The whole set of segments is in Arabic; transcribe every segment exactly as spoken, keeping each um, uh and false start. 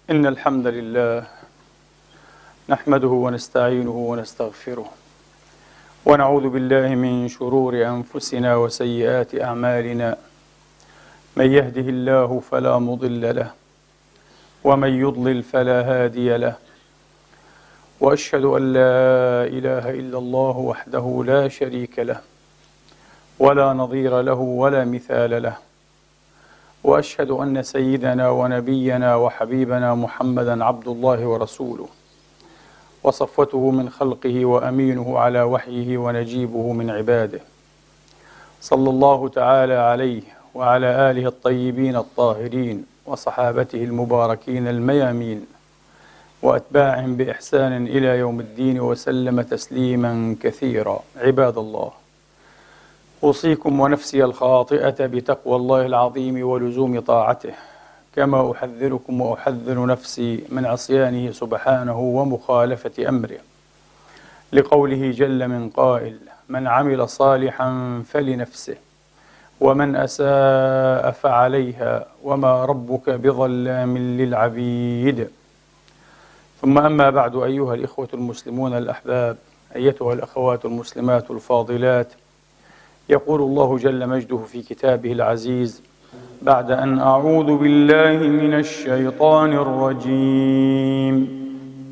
إن الحمد لله نحمده ونستعينه ونستغفره ونعوذ بالله من شرور أنفسنا وسيئات أعمالنا. من يهده الله فلا مضل له ومن يضلل فلا هادي له، وأشهد أن لا إله إلا الله وحده لا شريك له ولا نظير له ولا مثال له، وأشهد أن سيدنا ونبينا وحبيبنا محمدًا عبد الله ورسوله، وصفوته من خلقه وأمينه على وحيه ونجيبه من عباده، صلى الله تعالى عليه وعلى آله الطيبين الطاهرين وصحابته المباركين الميامين وأتباعهم بإحسان إلى يوم الدين وسلم تسليمًا كثيرا. عباد الله، أوصيكم ونفسي الخاطئة بتقوى الله العظيم ولزوم طاعته، كما أحذركم وأحذر نفسي من عصيانه سبحانه ومخالفة أمره، لقوله جل من قائل: من عمل صالحا فلنفسه ومن أساء فعليها وما ربك بظلام للعبيد. ثم أما بعد، أيها الإخوة المسلمون الأحباب، أيتها الأخوات المسلمات الفاضلات، يقول الله جل مجده في كتابه العزيز بعد أن أعوذ بالله من الشيطان الرجيم: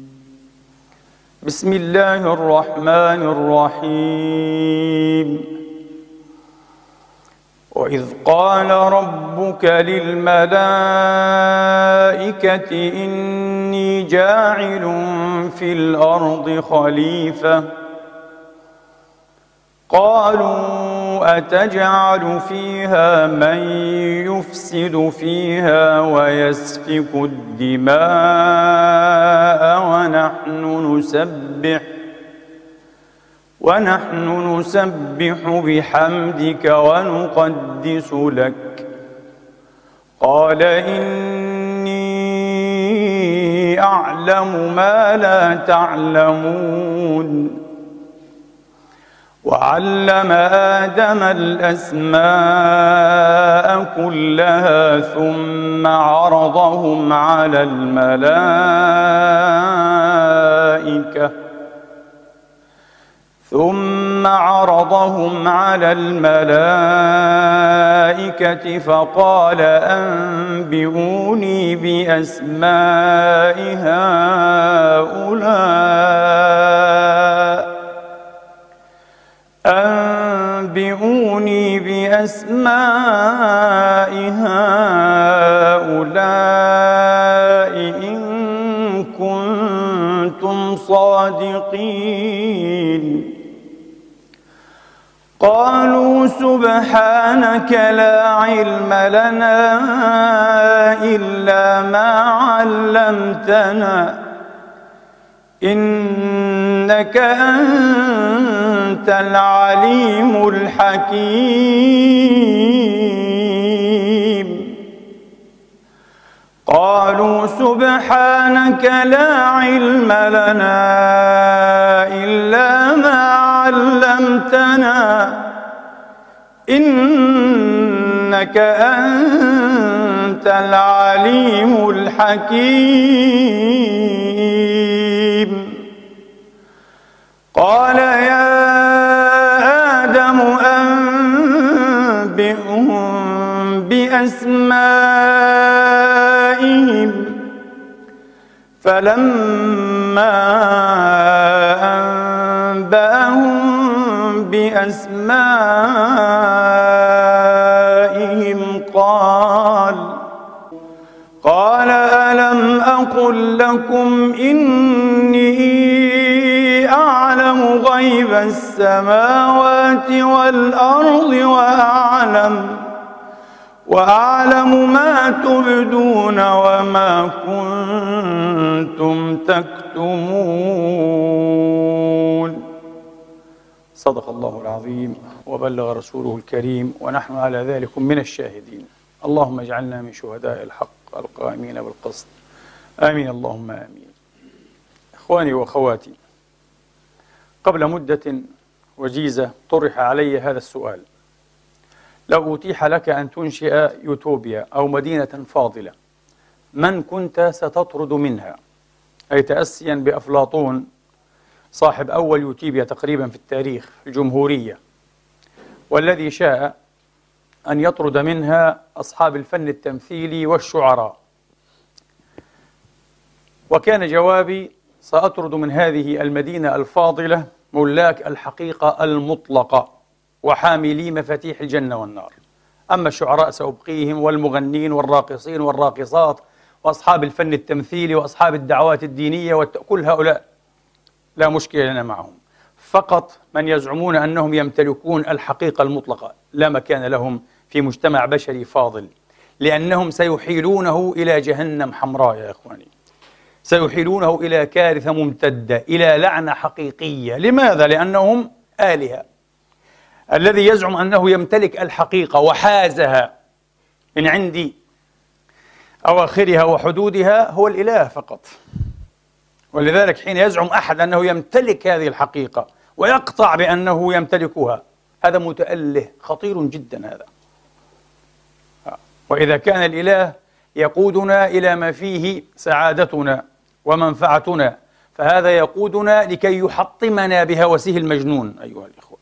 بسم الله الرحمن الرحيم. وإذ قال ربك للملائكة إني جاعل في الأرض خليفة، قالوا أتجعل فيها من يفسد فيها ويسفك الدماء ونحن نسبح ونحن نسبح بحمدك ونقدس لك، قال إني أعلم ما لا تعلمون. وعلم آدم الأسماء كلها ثم عرضهم على الملائكة ثم عرضهم على الملائكة فقال أنبئوني بأسماء هؤلاء أنبئوني بأسماء هؤلاء إن كنتم صادقين. قالوا سبحانك لا علم لنا إلا ما علمتنا إنك أنت العليم الحكيم. قالوا سبحانك لا علم لنا إلا ما علمتنا إنك أنت العليم الحكيم. قال يا آدم أنبئهم بأسمائهم، فلما أنبأهم بأسمائهم قال قال ألم أقل لكم إني أعلم غيب السماوات والأرض وأعلم وأعلم ما تبدون وما كنتم تكتمون. صدق الله العظيم وبلغ رسوله الكريم، ونحن على ذلك من الشاهدين. اللهم اجعلنا من شهداء الحق القائمين بالقسط، آمين اللهم آمين. إخواني وأخواتي، قبل مدة وجيزة طرح علي هذا السؤال: لو أتيح لك أن تنشئ يوتوبيا أو مدينة فاضلة من كنت ستطرد منها، أي تأسيا بأفلاطون صاحب أول يوتيبيا تقريبا في التاريخ الجمهورية، والذي شاء أن يطرد منها أصحاب الفن التمثيلي والشعراء. وكان جوابي: سأطرد من هذه المدينة الفاضلة ملاك الحقيقة المطلقة وحاملي مفاتيح الجنة والنار، أما الشعراء سأبقيهم، والمغنين والراقصين والراقصات وأصحاب الفن التمثيلي وأصحاب الدعوات الدينية والت... كل هؤلاء لا مشكلة لنا معهم، فقط من يزعمون أنهم يمتلكون الحقيقة المطلقة لا مكان لهم في مجتمع بشري فاضل، لأنهم سيحيلونه إلى جهنم حمراء يا إخواني، سيحيلونه إلى كارثة ممتدة، إلى لعنة حقيقية. لماذا؟ لأنهم آلهة. الذي يزعم أنه يمتلك الحقيقة وحازها من عند أواخرها وحدودها هو الإله فقط. ولذلك حين يزعم أحد أنه يمتلك هذه الحقيقة ويقطع بأنه يمتلكها، هذا متأله خطير جدا هذا. وإذا كان الإله يقودنا إلى ما فيه سعادتنا ومنفعتنا، فهذا يقودنا لكي يحطمنا بهوسه المجنون أيها الإخوة،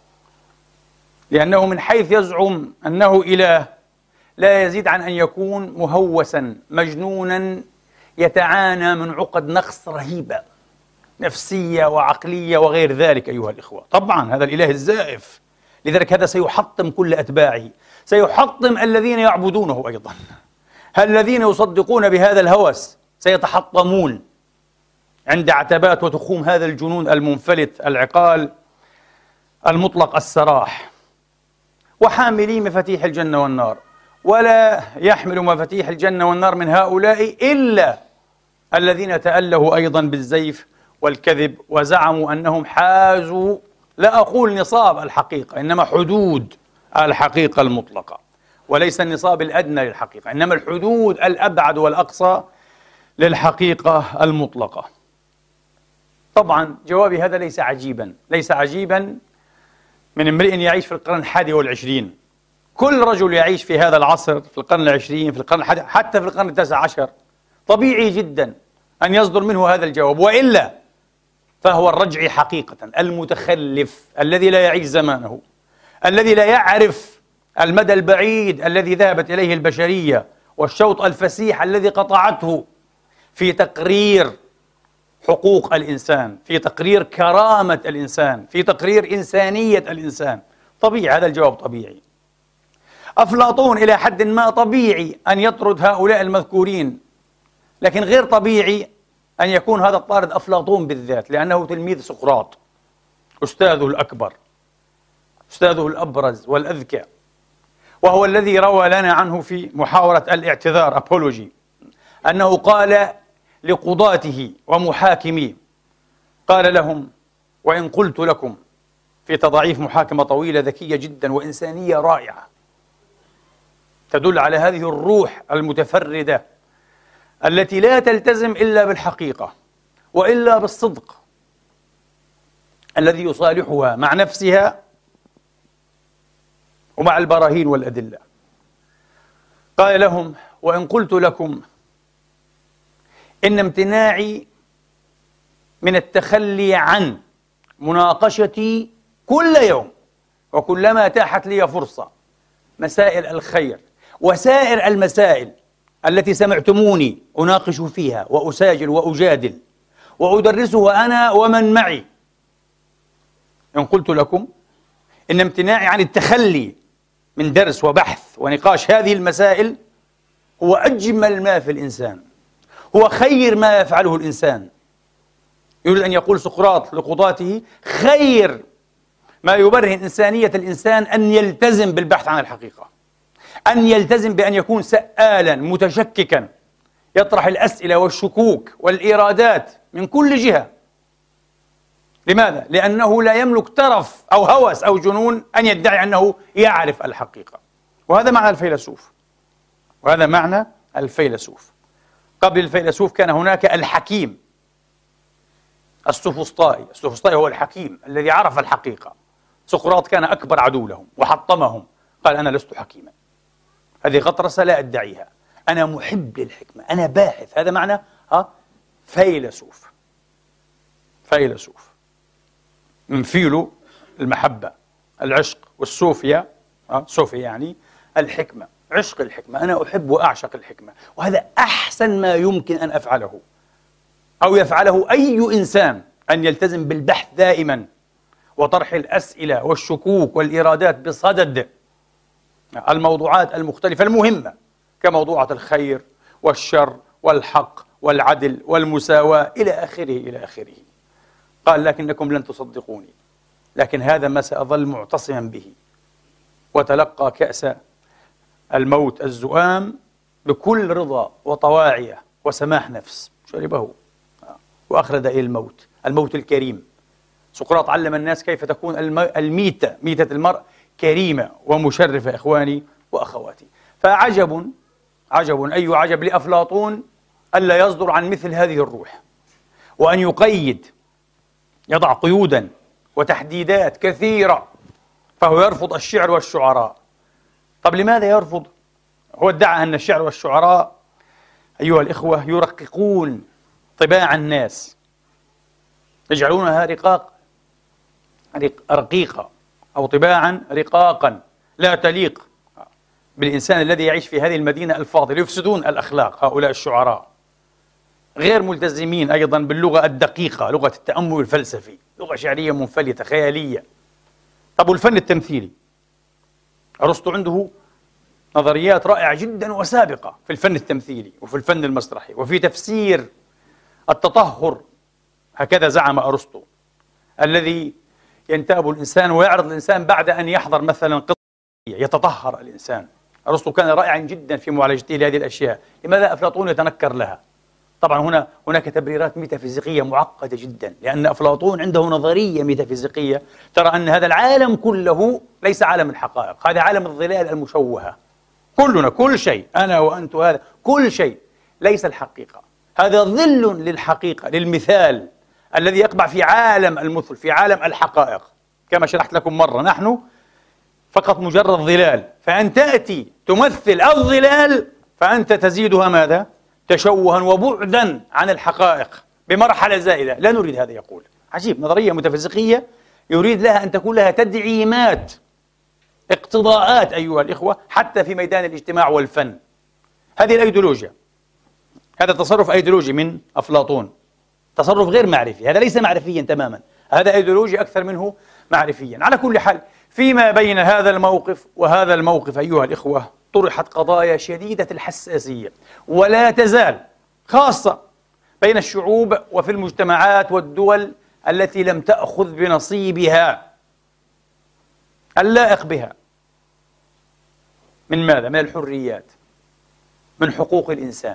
لأنه من حيث يزعم أنه إله لا يزيد عن أن يكون مهوسا مجنونا يتعانى من عقد نقص رهيبة نفسية وعقلية وغير ذلك أيها الإخوة. طبعا هذا الإله الزائف، لذلك هذا سيحطم كل أتباعه، سيحطم الذين يعبدونه أيضا. الذين يصدقون بهذا الهوس سيتحطمون عند عتبات وتخوم هذا الجنون المنفلت العقال المطلق السراح. وحاملي مفاتيح الجنة والنار، ولا يحمل مفاتيح الجنة والنار من هؤلاء إلا الذين تألهوا أيضا بالزيف والكذب وزعموا أنهم حازوا، لا أقول نصاب الحقيقة، إنما حدود الحقيقة المطلقة، وليس النصاب الأدنى للحقيقة، إنما الحدود الأبعد والأقصى للحقيقة المطلقة. طبعا جوابي هذا ليس عجيبا، ليس عجيبا من امرئ يعيش في القرن الحادي والعشرين. كل رجل يعيش في هذا العصر، في القرن العشرين، في القرن الحادي، حتى في القرن التاسع عشر، طبيعي جدا أن يصدر منه هذا الجواب، وإلا فهو الرجعي حقيقة، المتخلف الذي لا يعيش زمانه، الذي لا يعرف المدى البعيد الذي ذهبت إليه البشرية والشوط الفسيح الذي قطعته في تقرير حقوق الإنسان، في تقرير كرامة الإنسان، في تقرير إنسانية الإنسان. طبيعي هذا الجواب طبيعي. أفلاطون إلى حد ما طبيعي أن يطرد هؤلاء المذكورين، لكن غير طبيعي أن يكون هذا الطارد أفلاطون بالذات، لأنه تلميذ سقراط، أستاذه الأكبر، أستاذه الأبرز والأذكى، وهو الذي روى لنا عنه في محاورة الاعتذار أبولوجي أنه قال لقضاته ومحاكميه، قال لهم: وإن قلت لكم، في تضعيف محاكمة طويلة ذكية جدا وإنسانية رائعة تدل على هذه الروح المتفردة التي لا تلتزم إلا بالحقيقة وإلا بالصدق الذي يصالحها مع نفسها ومع البراهين والأدلة. قال لهم: وإن قلت لكم إن امتناعي من التخلي عن مناقشتي كل يوم وكلما اتاحت لي فرصة مسائل الخير وسائر المسائل التي سمعتموني أناقش فيها وأساجل وأجادل وأدرسها أنا ومن معي، إن قلت لكم إن امتناعي عن التخلي من درس وبحث ونقاش هذه المسائل هو أجمل ما في الإنسان، هو خير ما يفعله الإنسان. يريد أن يقول سقراط لقضاته: خير ما يبرهن إنسانية الإنسان أن يلتزم بالبحث عن الحقيقة، أن يلتزم بأن يكون سآلا متشككا يطرح الأسئلة والشكوك والإيرادات من كل جهة. لماذا؟ لأنه لا يملك ترف أو هوس أو جنون أن يدعي أنه يعرف الحقيقة. وهذا معنى الفيلسوف، وهذا معنى الفيلسوف. قبل الفيلسوف كان هناك الحكيم السوفسطائي، السوفسطائي هو الحكيم الذي عرف الحقيقة. سقراط كان أكبر عدو لهم وحطمهم، قال: أنا لست حكيما، هذه غطرسة لا أدعيها، أنا محب للحكمة، أنا باحث، هذا معنى ها فيلسوف. فيلسوف من فيلو المحبة، العشق، والسوفيا ها صوفيا يعني الحكمة، عشق الحكمة. أنا أحب وأعشق الحكمة، وهذا أحسن ما يمكن أن أفعله أو يفعله أي إنسان، أن يلتزم بالبحث دائما وطرح الأسئلة والشكوك والإرادات بصدد الموضوعات المختلفة المهمة، كموضوعات الخير والشر والحق والعدل والمساواة إلى آخره إلى آخره. قال: لكنكم لن تصدقوني، لكن هذا ما سأظل معتصما به. وتلقى كأس الموت الزؤام بكل رضا وطواعية وسماح نفس، شربه وأخلد إلى الموت، الموت الكريم. سقراط علم الناس كيف تكون الميتة، ميتة المرء، كريمة ومشرفة، إخواني وأخواتي. فعجب عجب أي عجب لأفلاطون ألا يصدر عن مثل هذه الروح، وأن يقيد، يضع قيودا وتحديدات كثيرة. فهو يرفض الشعر والشعراء. طب لماذا يرفض؟ هو ادعى أن الشعر والشعراء أيها الإخوة يرققون طباع الناس، يجعلونها رقاق رقيقة أو طباعا رقاقا لا تليق بالإنسان الذي يعيش في هذه المدينة الفاضلة. يفسدون الأخلاق هؤلاء الشعراء، غير ملتزمين أيضا باللغة الدقيقة، لغة التأمل الفلسفي، لغة شعرية منفلتة خيالية. طب والفن التمثيلي؟ أرسطو عنده نظريات رائعة جدا وسابقة في الفن التمثيلي وفي الفن المسرحي وفي تفسير التطهر، هكذا زعم أرسطو، الذي ينتاب الإنسان ويعرض الإنسان بعد أن يحضر مثلا قصة يتطهر الإنسان. أرسطو كان رائعا جدا في معالجته لهذه الأشياء. لماذا أفلاطون يتنكر لها؟ طبعا هنا هناك تبريرات ميتافيزيقية معقدة جدا، لأن أفلاطون عنده نظرية ميتافيزيقية ترى أن هذا العالم كله ليس عالم الحقائق، هذا عالم الظلال المشوهة. كلنا، كل شيء، أنا وأنت، هذا كل شيء ليس الحقيقة، هذا ظل للحقيقة، للمثال الذي يقبع في عالم المثل، في عالم الحقائق. كما شرحت لكم مرة، نحن فقط مجرد ظلال، فأن تأتي تمثل الظلال فأنت تزيدها ماذا؟ تشوها وبعدا عن الحقائق بمرحلة زائدة. لا نريد هذا. يقول عجيب، نظرية ميتافيزيقية يريد لها أن تكون لها تدعيمات، اقتضاءات أيها الإخوة، حتى في ميدان الاجتماع والفن. هذه الأيديولوجيا، هذا تصرف أيديولوجي من أفلاطون، تصرف غير معرفي، هذا ليس معرفيا تماما، هذا أيديولوجي أكثر منه معرفيا. على كل حال، فيما بين هذا الموقف وهذا الموقف أيها الإخوة طرحت قضايا شديدة الحساسية، ولا تزال، خاصة بين الشعوب وفي المجتمعات والدول التي لم تأخذ بنصيبها اللائق بها. من ماذا؟ من الحريات، من حقوق الإنسان.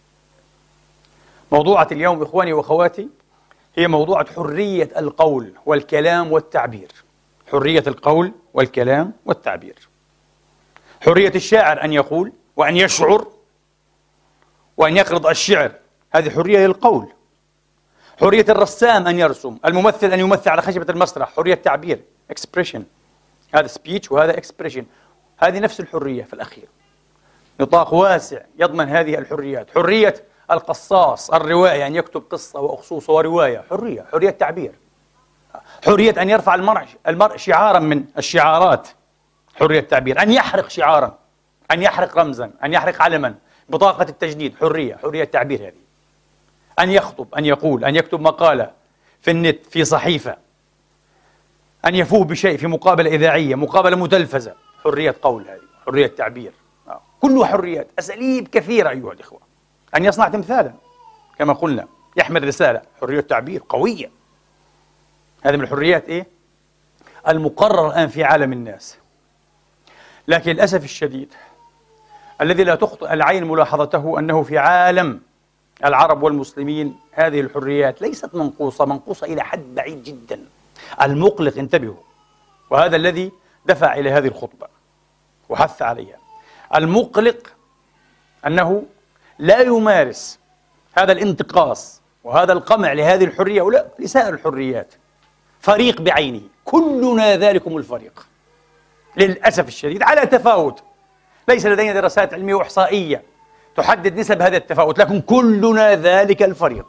موضوعة اليوم إخواني وأخواتي هي موضوعة حرية القول والكلام والتعبير. حرية القول والكلام والتعبير. حرية الشاعر أن يقول وأن يشعر وأن يقرض الشعر، هذه حرية للقول. حرية الرسام أن يرسم، الممثل أن يمثل على خشبة المسرح، حرية تعبير، expression. هذا speech وهذا expression، هذه نفس الحرية في الأخير، نطاق واسع يضمن هذه الحريات. حرية القصاص الروائي أن يكتب قصة وأخصوصة ورواية، حرية، حرية تعبير. حرية أن يرفع المرء المرء شعارا من الشعارات، حرية تعبير. أن يحرق شعارا، أن يحرق رمزا، أن يحرق علما، بطاقة التجنيد، حرية، حرية تعبير هذه. أن يخطب، أن يقول، أن يكتب مقالة في النت، في صحيفة، أن يفوه بشيء في مقابلة إذاعية، مقابلة متلفزة، حرية قول، هذه حرية تعبير. كلها حريات، أساليب كثيرة أيها الإخوة. أن يصنع تمثالا كما قلنا، يحمل رسالة، حرية تعبير قوية. هذه من الحريات إيه؟ المقرر الآن في عالم الناس. لكن للأسف الشديد الذي لا تخطئ العين ملاحظته أنه في عالم العرب والمسلمين هذه الحريات ليست منقوصة، منقوصة إلى حد بعيد جدا. المقلق، انتبهوا، وهذا الذي دفع إلى هذه الخطبة وحث عليها، المقلق أنه لا يمارس هذا الانتقاص وهذا القمع لهذه الحرية ولا لسائر الحريات. فريق بعينه، كلنا ذلكم الفريق للأسف الشديد على تفاوت. ليس لدينا دراسات علمية وإحصائية تحدد نسب هذا التفاوت، لكن كلنا ذلك الفريق.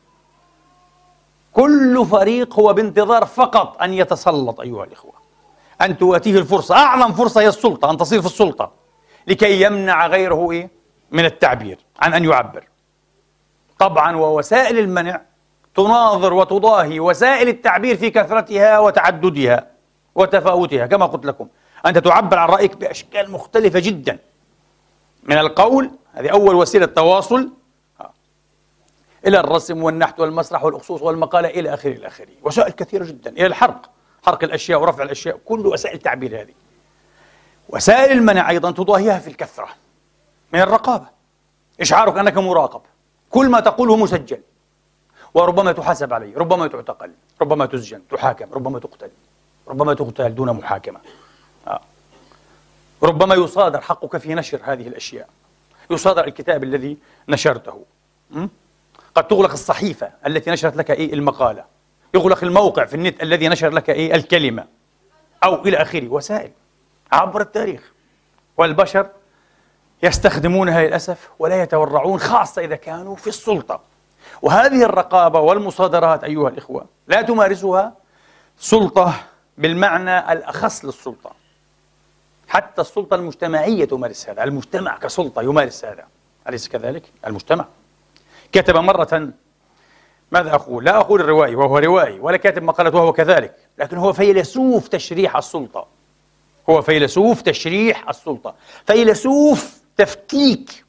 كل فريق هو بانتظار فقط أن يتسلط أيها الإخوة، أن تواتيه الفرصة. أعظم فرصة هي السلطة، أن تصير في السلطة، لكي يمنع غيره إيه؟ من التعبير عن أن يعبر. طبعا ووسائل المنع تناظر وتضاهي وسائل التعبير في كثرتها وتعددها وتفاوتها. كما قلت لكم، أنت تعبر عن رأيك بأشكال مختلفة جدا، من القول، هذه أول وسيلة تواصل، إلى الرسم والنحت والمسرح والأخصوص والمقالة إلى آخره إلى آخره، وسائل كثيرة جدا، إلى الحرق، حرق الأشياء ورفع الأشياء، كل وسائل التعبير هذه. وسائل المنع أيضا تضاهيها في الكثرة، من الرقابة، إشعارك أنك مراقب، كل ما تقوله مسجل، وربما تحاسب عليه، ربما تعتقل، ربما تسجن، تحاكم، ربما تقتل، ربما تقتل دون محاكمة، آه. ربما يصادر حقك في نشر هذه الأشياء، يصادر الكتاب الذي نشرته، م? قد تغلق الصحيفة التي نشرت لك إيه المقالة، يغلق الموقع في النت الذي نشر لك إيه الكلمة، أو إلى آخره. وسائل عبر التاريخ، والبشر يستخدمونها للأسف ولا يتورعون، خاصة إذا كانوا في السلطة. وهذه الرقابة والمصادرات أيها الإخوة لا تمارسها سلطة بالمعنى الأخص للسلطة، حتى السلطة المجتمعية تمارس هذا، المجتمع كسلطة يمارس هذا، أليس كذلك؟ المجتمع كتب مرة، ماذا أقول؟ لا أقول الروائي وهو روائي، ولا كاتب مقالة وهو كذلك، لكن هو فيلسوف تشريح السلطة، هو فيلسوف تشريح السلطة، فيلسوف تفكيك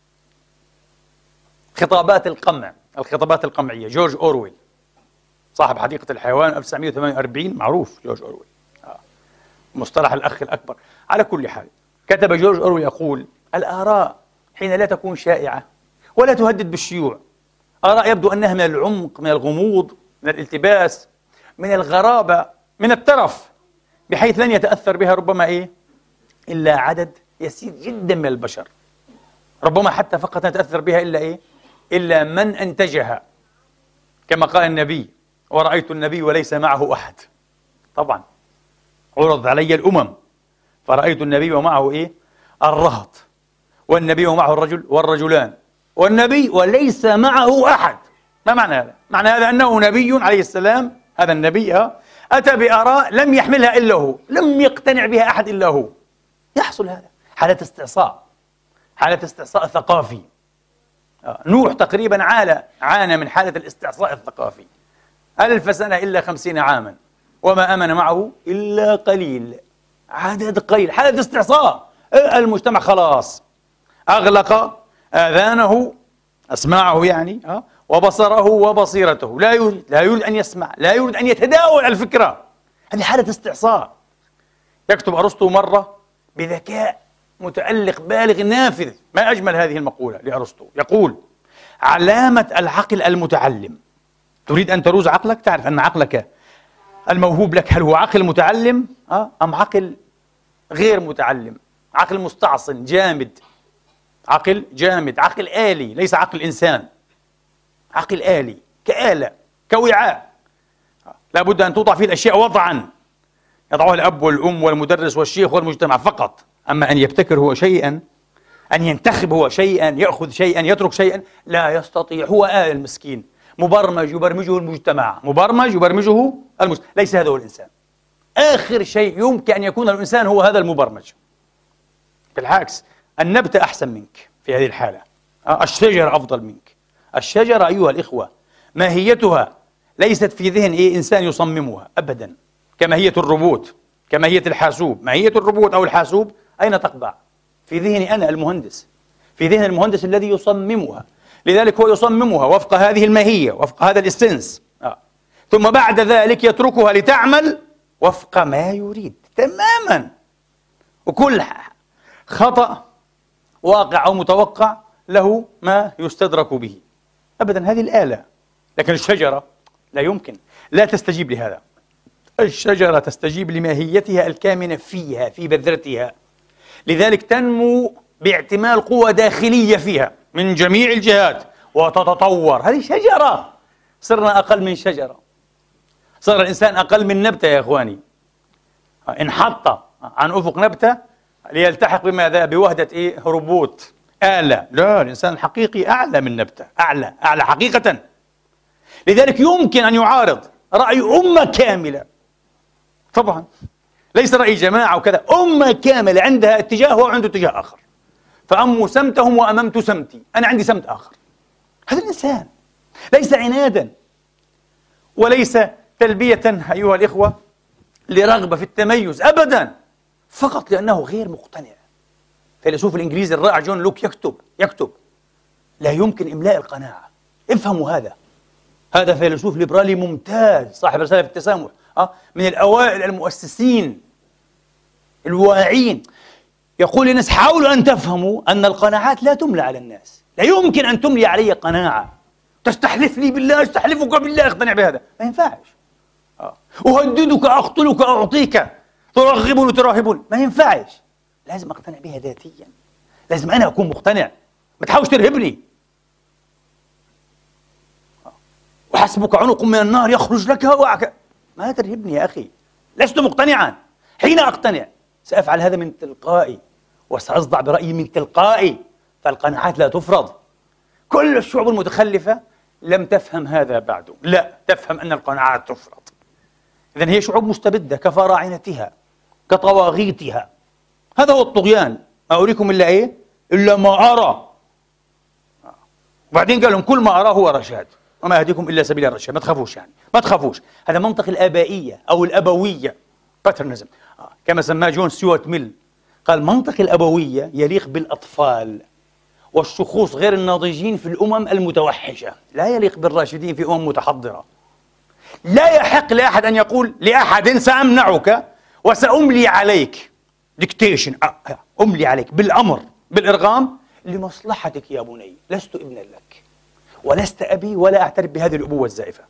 خطابات القمع، الخطابات القمعية. جورج أورويل صاحب حديقة الحيوان ألف وتسعمائة وثمانية وأربعين، معروف جورج أورويل، آه. مصطلح الأخ الأكبر. على كل حال، كتب جورج أورويل يقول: الآراء حين لا تكون شائعة ولا تهدد بالشيوع، آراء يبدو أنها من العمق، من الغموض، من الالتباس، من الغرابة، من الترف، بحيث لن يتأثر بها ربما إيه إلا عدد يسير جدا من البشر، ربما حتى فقط يتأثر بها إلا إيه إلا من أنتجها، كما قال النبي: ورأيت النبي وليس معه أحد. طبعا عرض علي الأمم فرأيت النبي ومعه إيه الرهط، والنبي ومعه الرجل والرجلان، والنبي وليس معه أحد. ما معنى هذا؟ معنى هذا أنه نبي عليه السلام، هذا النبي أتى بآراء لم يحملها إلا هو، لم يقتنع بها أحد إلا هو. يحصل هذا حالة استعصاء، حالة استعصاء ثقافي. نوح تقريبا عانى عانى من حالة الاستعصاء الثقافي، ألف سنة إلا خمسين عاما، وما آمن معه إلا قليل، عدد قليل، حالة استعصاء. المجتمع خلاص أغلق آذانه، أسماعه يعني أه؟ وبصره وبصيرته، لا يريد لا يريد أن يسمع، لا يريد أن يتداول الفكرة. هذه حالة استعصاء. يكتب أرسطو مرة بذكاء متألق بالغ نافذ، ما أجمل هذه المقولة لأرسطو، يقول: علامة العقل المتعلم، تريد أن تروز عقلك، تعرف أن عقلك الموهوب لك هل هو عقل متعلم أه؟ أم عقل غير متعلم، عقل مستعصن جامد، عقل جامد، عقل آلي، ليس عقل إنسان، عقل آلي كآلة كوعاء، لا بد أن توضع فيه الأشياء وضعا يضعها الأب والأم والمدرس والشيخ والمجتمع فقط. أما أن يبتكر هو شيئا، أن ينتخب هو شيئا، يأخذ شيئا، يترك شيئا، لا يستطيع. هو آل المسكين، مبرمج يبرمجه المجتمع، مبرمج يبرمجه المجتمع، ليس هذا هو الإنسان. آخر شيء يمكن أن يكون الإنسان هو هذا المبرمج. بالعكس، النبتة أحسن منك في هذه الحالة، الشجرة أفضل منك. الشجرة أيها الإخوة ماهيتها ليست في ذهن إيه إنسان يصممها أبدا، كماهية الروبوت، كماهية الحاسوب. ماهية الروبوت أو الحاسوب أين تقبع؟ في ذهني أنا المهندس، في ذهن المهندس الذي يصممها. لذلك هو يصممها وفق هذه الماهية، وفق هذا الإسنس، آه. ثم بعد ذلك يتركها لتعمل وفق ما يريد تماما. وكل خطأ واقع أو متوقع له ما يستدرك به. أبدا هذه الآلة. لكن الشجرة لا يمكن، لا تستجيب لهذا. الشجرة تستجيب لماهيتها الكامنة فيها، في بذرتها، لذلك تنمو باعتمال قوة داخلية فيها من جميع الجهات وتتطور. هذه شجرة. صرنا أقل من شجرة، صار الإنسان أقل من نبتة يا إخواني. انحط عن أفق نبتة ليلتحق بماذا؟ بوهدة إيه؟ روبوت أعلى. لا، الإنسان الحقيقي أعلى من نبتة، أعلى أعلى حقيقة. لذلك يمكن أن يعارض رأي أمة كاملة، طبعا ليس رأي جماعة وكذا، أمة كاملة عندها اتجاه وهو عنده اتجاه آخر، فأموا سمتهم وأممت سمتي، أنا عندي سمت آخر. هذا الإنسان ليس عنادا وليس تلبية أيها الإخوة لرغبة في التميز أبدا، فقط لأنه غير مقتنع. فيلسوف الإنجليزي الرائع جون لوك يكتب يكتب لا يمكن إملاء القناعة. افهموا هذا. هذا فيلسوف ليبرالي ممتاز، صاحب رسالة في التسامح، أه؟ من الأوائل المؤسسين الواعين. يقول للناس: حاولوا أن تفهموا أن القناعات لا تملى على الناس. لا يمكن أن تملي علي قناعة. تستحلف لي بالله، استحلفك بالله اقتنع بهذا، ما ينفعش. أه. أهددك، أقتلك، أعطيك، ترغبني تراهبني، ما ينفعش. لازم أقتنع بها ذاتيا، لازم أنا أكون مقتنع، ما تحاولش ترهبني. وحسبك عنق من النار يخرج لك هواك، ما ترهبني يا أخي، لست مقتنعا. حين أقتنع سأفعل هذا من تلقائي، وسأصدع برأيي من تلقائي. فالقناعات لا تفرض. كل الشعوب المتخلفة لم تفهم هذا بعد، لا تفهم أن القناعات تفرض. إذن هي شعوب مستبدة كفراعنتها كطواغيتها. هذا هو الطغيان. ما أريكم إلا إيه؟ إلا ما أرى. وبعدين قال لهم: كل ما أراه هو رشاد، وما أهديكم إلا سبيل الرشاد. ما تخافوش، يعني ما تخافوش. هذا منطق الآبائية أو الأبوية، باترنزم، كما سماه جون ستيوارت ميل. قال: منطق الأبوية يليق بالأطفال والشخوص غير الناضجين في الأمم المتوحشة، لا يليق بالراشدين في أمم متحضرة. لا يحق لأحد أن يقول لأحد: سأمنعك وسأملي عليك، ديكتيشن، أملي عليك بالأمر بالإرغام لمصلحتك يا بني. لست ابنا لك، ولست أبي، ولا أعترف بهذه الأبوة الزائفة.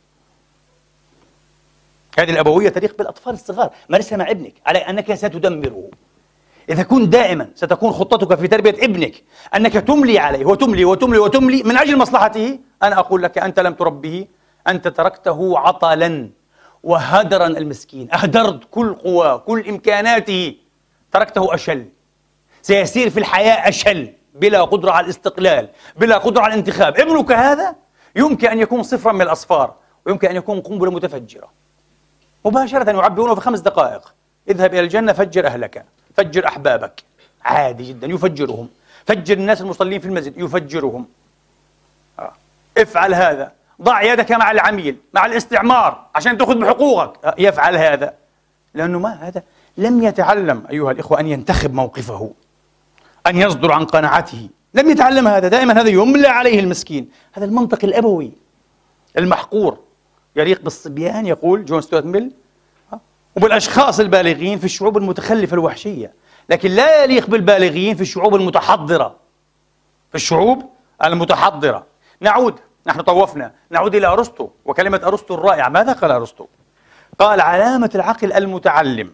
هذه الأبوية تليق بالأطفال الصغار. مارسها مع ابنك على أنك ستدمره. إذا كنت دائما ستكون خطتك في تربية ابنك أنك تملي عليه وتملي وتملي وتملي من أجل مصلحته، أنا أقول لك: أنت لم تربيه، أنت تركته عطلا وهدرا. المسكين أهدرت كل قواه، كل إمكاناته، تركته أشل. سيسير في الحياة أشل، بلا قدرة على الاستقلال، بلا قدرة على الانتخاب. ابنك هذا يمكن أن يكون صفرا من الأصفار، ويمكن أن يكون قنبلة متفجرة مباشرة يعبئونه في خمس دقائق: اذهب إلى الجنة، فجر أهلك، فجر أحبابك. عادي جدا، يفجرهم. فجر الناس المصلين في المسجد، يفجرهم. آه. افعل هذا. ضع يدك مع العميل، مع الاستعمار، عشان تأخذ بحقوقك. آه. يفعل هذا لأنه ما هذا لم يتعلم أيها الإخوة أن ينتخب موقفه، أن يصدر عن قناعته. لم يتعلم هذا. دائما هذا يملى عليه المسكين. هذا المنطق الأبوي المحقور يليق بالصبيان، يقول جون ستيوارت ميل، وبالأشخاص البالغين في الشعوب المتخلفة الوحشية، لكن لا يليق بالبالغين في الشعوب المتحضرة، في الشعوب المتحضرة. نعود، نحن طوفنا، نعود إلى أرسطو وكلمة أرسطو الرائعة. ماذا قال أرسطو؟ قال: علامة العقل المتعلم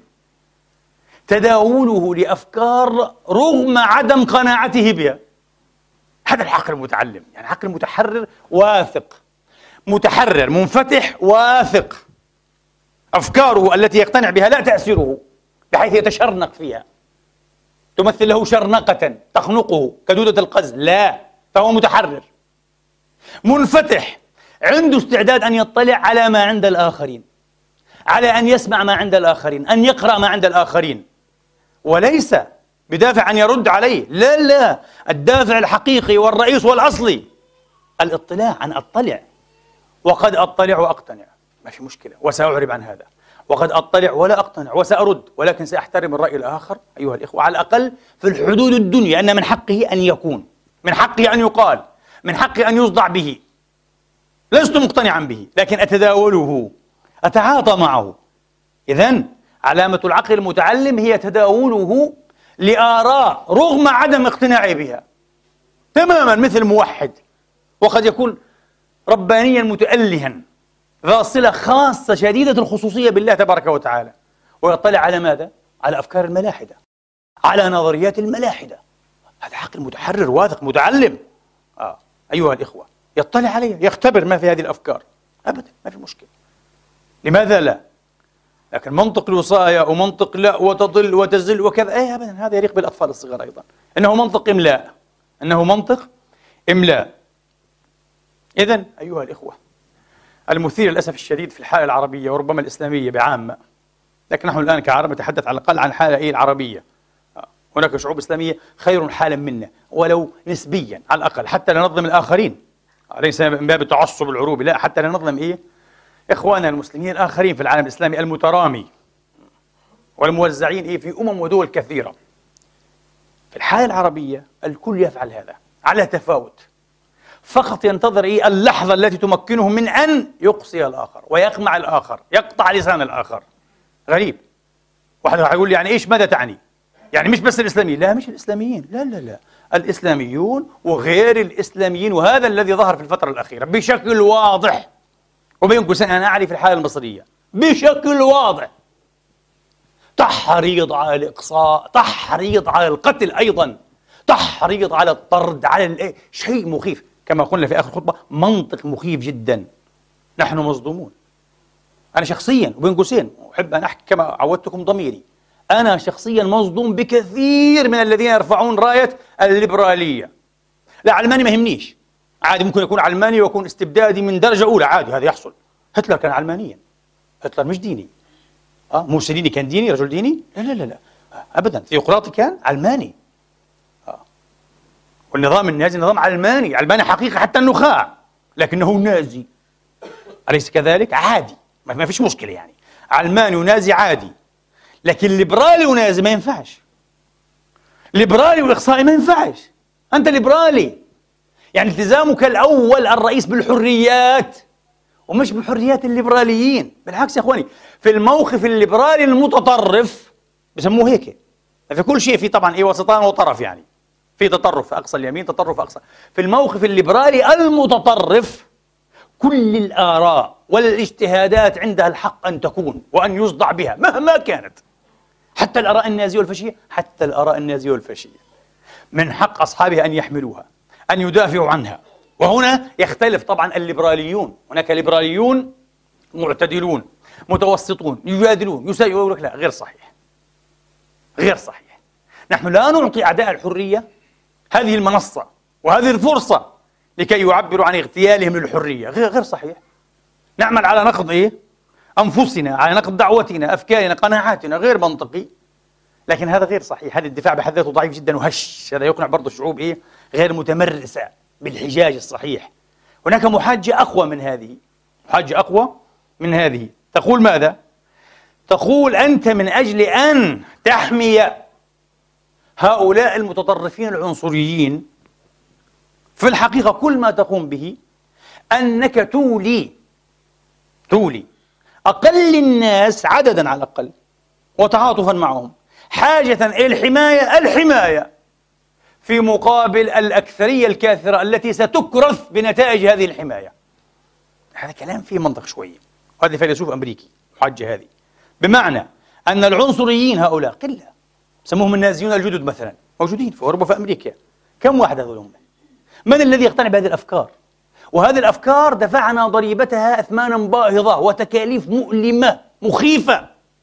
تداوله لأفكار رغم عدم قناعته بها. هذا العقل المتعلم، يعني عقل متحرر واثق، متحرر منفتح واثق. أفكاره التي يقتنع بها لا تأسره بحيث يتشرنق فيها، تمثل له شرنقة تخنقه كدودة القز، لا، فهو متحرر منفتح، عنده استعداد أن يطلع على ما عند الآخرين، على أن يسمع ما عند الآخرين، أن يقرأ ما عند الآخرين، وليس بدافع أن يرد عليه. لا لا، الدافع الحقيقي والرئيس والأصلي الاطلاع، أن أطلع. وقد أطلع وأقتنع، ما في مشكلة، وسأعرب عن هذا. وقد أطلع ولا أقتنع وسأرد، ولكن سأحترم الرأي الآخر أيها الإخوة، على الأقل في الحدود الدنيا، أن من حقه أن يكون، من حقه أن يقال، من حقه أن يصدع به. لست مقتنعا به، لكن أتداوله، أتعاطى معه. إذن علامة العقل المتعلم هي تداوله لآراء رغم عدم اقتناعي بها تماما، مثل موحد، وقد يكون ربانيا متألها ذا صلة خاصة شديدة الخصوصية بالله تبارك وتعالى، ويطلع على ماذا؟ على أفكار الملاحدة، على نظريات الملاحدة. هذا عقل متحرر واثق متعلم. آه. أيها الإخوة، يطلع عليها، يختبر ما في هذه الأفكار، أبدا ما في مشكلة. لماذا لا؟ لكن منطق الوصاية ومنطق لا وتضل وتزل وكذا، أي أبدا، هذا يليق بالأطفال الصغار أيضا، إنه منطق إملاء. أنه منطق أم لا؟ إذن أيها الإخوة، المثير للأسف الشديد في الحالة العربية وربما الإسلامية بعامة، لكن نحن الآن كعرب نتحدث على الأقل عن الحالة إيه العربية. هناك شعوب إسلامية خير حالا منا ولو نسبيا على الأقل، حتى لا نظلم الآخرين، ليس من باب التعصب العروبي، لا، حتى لا نظلم إيه إخواننا المسلمين الآخرين في العالم الإسلامي المترامي والموزعين إيه في أمم ودول كثيرة. في الحالة العربية الكل يفعل هذا على تفاوت، فقط ينتظر إيه اللحظة التي تمكنه من أن يقصي الآخر ويقمع الآخر، يقطع لسان الآخر. غريب. واحد راح يقول لي يعني إيش ماذا تعني؟ يعني مش بس الإسلاميين؟ لا، مش الإسلاميين، لا لا لا، الإسلاميون وغير الإسلاميين، وهذا الذي ظهر في الفترة الأخيرة بشكل واضح. وبين قوسين أنا أعرف الحالة المصرية بشكل واضح، تحريض على الإقصاء، تحريض على القتل أيضا، تحريض على الطرد، على شيء مخيف كما قلنا في آخر خطبة، منطق مخيف جدا. نحن مصدومون. أنا شخصيا وبين قوسين أحب أن أحكي كما عودتكم ضميري، أنا شخصيا مصدوم بكثير من الذين يرفعون راية الليبرالية. لا، علماني ما يهمنيش، عادي، ممكن يكون علماني ويكون استبدادي من درجة أولى، عادي، هذا يحصل. هتلر كان علمانيا، هتلر مش ديني. اه موسوليني كان ديني، رجل ديني؟ لا لا لا لا ابدا. ثيوقراطي كان علماني. اه والنظام النازي نظام علماني، علماني حقيقة حتى النخاع، لكنه نازي، أليس كذلك؟ عادي، ما فيش مشكلة يعني، علماني ونازي عادي. لكن ليبرالي ونازي ما ينفعش، ليبرالي وإقصائي ما ينفعش. أنت ليبرالي يعني التزامك الأول الرئيس بالحريات ومش بحريات الليبراليين. بالعكس يا أخواني، في الموقف الليبرالي المتطرف بسموه هيك، في كل شيء في طبعا إيه وسطان وطرف، يعني في تطرف في أقصى اليمين، تطرف في أقصى. في الموقف الليبرالي المتطرف كل الآراء والاجتهادات عندها الحق أن تكون وأن يصدع بها مهما كانت، حتى الآراء النازية والفاشية، حتى الآراء النازية والفاشية من حق أصحابها أن يحملوها، أن يدافعوا عنها. وهنا يختلف طبعا الليبراليون، هناك ليبراليون معتدلون متوسطون يجادلون يسايرون، لك لا، غير صحيح، غير صحيح. نحن لا نعطي أعداء الحرية هذه المنصة وهذه الفرصة لكي يعبروا عن اغتيالهم للحرية، غير غير صحيح. نعمل على نقض إيه؟ أنفسنا، على نقض دعوتنا، أفكارنا، قناعاتنا، غير منطقي. لكن هذا غير صحيح، هذا الدفاع بحد ذاته ضعيف جدا وهش، هذا يقنع برضه الشعوب إيه؟ غير متمرسة بالحجاج الصحيح. هناك محاجة أقوى من هذه، محاجة أقوى من هذه، تقول ماذا؟ تقول أنت من أجل أن تحمي هؤلاء المتطرفين العنصريين، في الحقيقة كل ما تقوم به أنك تولي تولي أقل الناس عددا على الأقل وتعاطفا معهم حاجة إلى الحماية الحماية في مقابل الأكثرية الكاثرة التي ستكرث بنتائج هذه الحماية. هذا كلام فيه منطق شوية، هذا فيلسوف أمريكي حجة هذه، بمعنى أن العنصريين هؤلاء قلة، سموهم النازيون الجدد مثلا، موجودين في أوروبا، في أمريكا، كم واحد هذول هم؟ من الذي يقتنع بهذه الأفكار؟ وهذه الأفكار دفعنا ضريبتها أثمانا باهظة وتكاليف مؤلمة مخيفة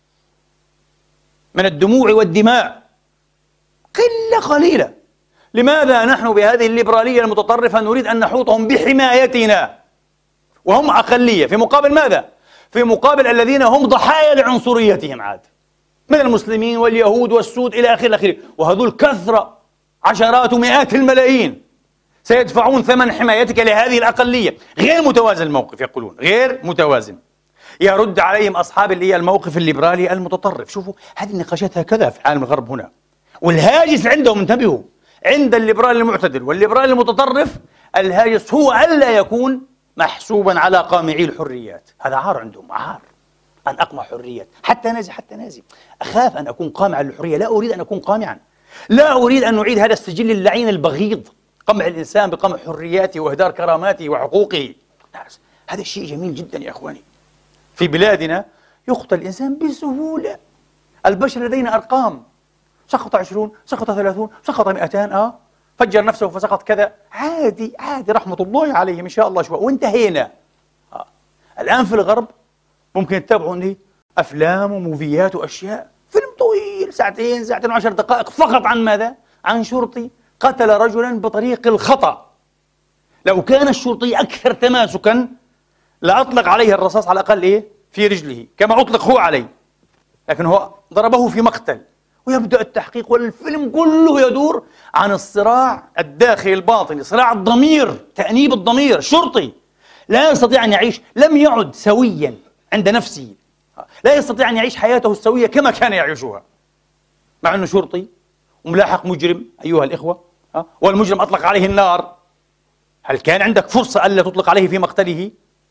من الدموع والدماء، قلة قليلة. لماذا نحن بهذه الليبرالية المتطرفة نريد أن نحوطهم بحمايتنا وهم أقلية، في مقابل ماذا؟ في مقابل الذين هم ضحايا لعنصريتهم عاد، من المسلمين واليهود والسود إلى آخره آخره، وهذول كثرة، عشرات ومئات الملايين سيدفعون ثمن حمايتك لهذه الأقلية. غير متوازن الموقف، يقولون غير متوازن. يرد عليهم أصحاب اللي هي الموقف الليبرالي المتطرف. شوفوا هذه النقاشات هكذا في عالم الغرب هنا، والهاجس عندهم، انتبهوا، عند الليبرالي المعتدل والليبرالي المتطرف الهاجس هو ألا يكون محسوبا على قامعي الحريات. هذا عار عندهم، عار أن أقمع حريات، حتى نازي حتى نازي أخاف أن أكون قامعا للحرية، لا أريد أن أكون قامعا، لا أريد أن نعيد هذا السجل اللعين البغيض، قمع الإنسان بقمع حرياته وإهدار كراماته وحقوقه. هذا الشيء جميل جدا يا أخواني. في بلادنا يقتل الإنسان بسهولة، البشر لدينا أرقام، سقط عشرون، سقط ثلاثون، سقط مئتان، آه فجر نفسه فسقط كذا، عادي عادي، رحمة الله عليهم إن شاء الله شوي، وانتهينا. آه. الآن في الغرب ممكن تتابعوا أفلام وموفيات وأشياء، فيلم طويل ساعتين ساعتين وعشر دقائق فقط عن ماذا؟ عن شرطي قتل رجلا بطريق الخطأ. لو كان الشرطي أكثر تماسكا لأطلق عليه الرصاص على الأقل إيه؟ في رجله كما أطلق هو عليه، لكن هو ضربه في مقتل. ويبدأ التحقيق والفيلم كله يدور عن الصراع الداخلي الباطني، صراع الضمير، تأنيب الضمير. شرطي لا يستطيع أن يعيش، لم يعد سويا عند نفسه، لا يستطيع أن يعيش حياته السوية كما كان يعيشها، مع أنه شرطي وملاحق مجرم أيها الإخوة، والمجرم أطلق عليه النار. هل كان عندك فرصة ألا تطلق عليه في مقتله؟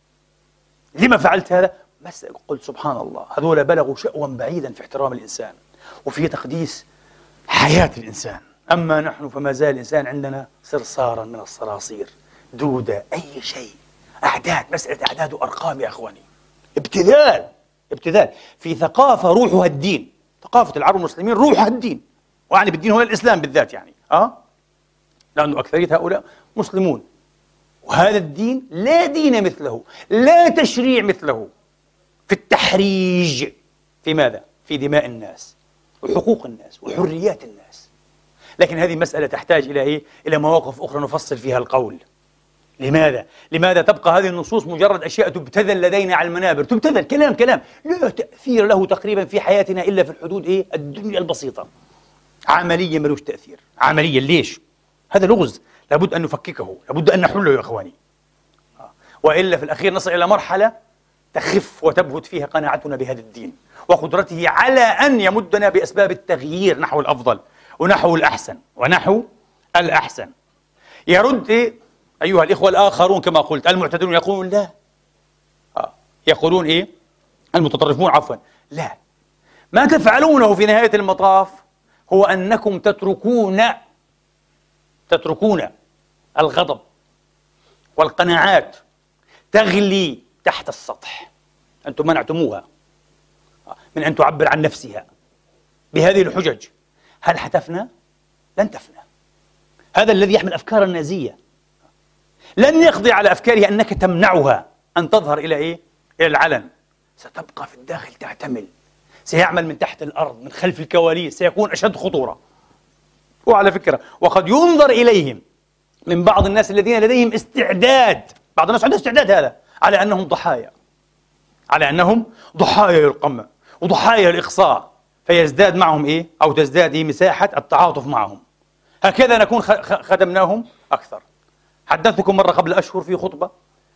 لما فعلت هذا؟ بس قلت سبحان الله، هذول بلغوا شأوا بعيدا في احترام الإنسان وفي تقديس حياة الإنسان. أما نحن فما زال الإنسان عندنا صرصارا من الصراصير، دودة، أي شيء، أعداد، مسألة أعداد وأرقام يا أخواني. ابتذال، ابتذال في ثقافة روحها الدين. ثقافة العرب المسلمين روحها الدين، وأعني بالدين هنا الإسلام بالذات يعني أه؟ لأنه أكثرية هؤلاء مسلمون، وهذا الدين لا دين مثله، لا تشريع مثله في التحريج. في ماذا؟ في دماء الناس وحقوق الناس وحريات الناس. لكن هذه مسألة تحتاج إلى إيه؟ إلى مواقف أخرى نفصل فيها القول. لماذا؟ لماذا تبقى هذه النصوص مجرد أشياء تبتذل لدينا على المنابر؟ تبتذل كلام كلام لا تأثير له تقريبا في حياتنا إلا في الحدود إيه؟ الدنيا البسيطة. عمليا ملوش تأثير. عمليا ليش؟ هذا لغز لابد أن نفككه، لابد أن نحله يا إخواني، وإلا في الأخير نصل إلى مرحلة تخف وتبهت فيها قناعتنا بهذا الدين وقدرته على أن يمدنا بأسباب التغيير نحو الأفضل ونحو الأحسن ونحو الأحسن. يرد أيها الإخوة الآخرون كما قلت المعتدلون يقولون لا، آه. يقولون إيه؟ المتطرفون عفوا، لا، ما تفعلونه في نهاية المطاف هو أنكم تتركون تتركون الغضب والقناعات تغلي تحت السطح. أنتم منعتموها من أن تعبر عن نفسها بهذه الحجج. هل حتفنى؟ لن تفنى. هذا الذي يحمل أفكار النازية لن يقضي على أفكاره أنك تمنعها أن تظهر إلى إيه؟ إلى العلن. ستبقى في الداخل تعتمل، سيعمل من تحت الأرض، من خلف الكواليس، سيكون أشد خطورة. وعلى فكرة وقد ينظر إليهم من بعض الناس الذين لديهم استعداد، بعض الناس عنده استعداد هذا، على أنهم ضحايا، على أنهم ضحايا القمع وضحايا الإقصاء، فيزداد معهم إيه؟ أو تزداد إيه؟ مساحة التعاطف معهم. هكذا نكون خدمناهم أكثر. حدثتكم مرة قبل أشهر في خطبة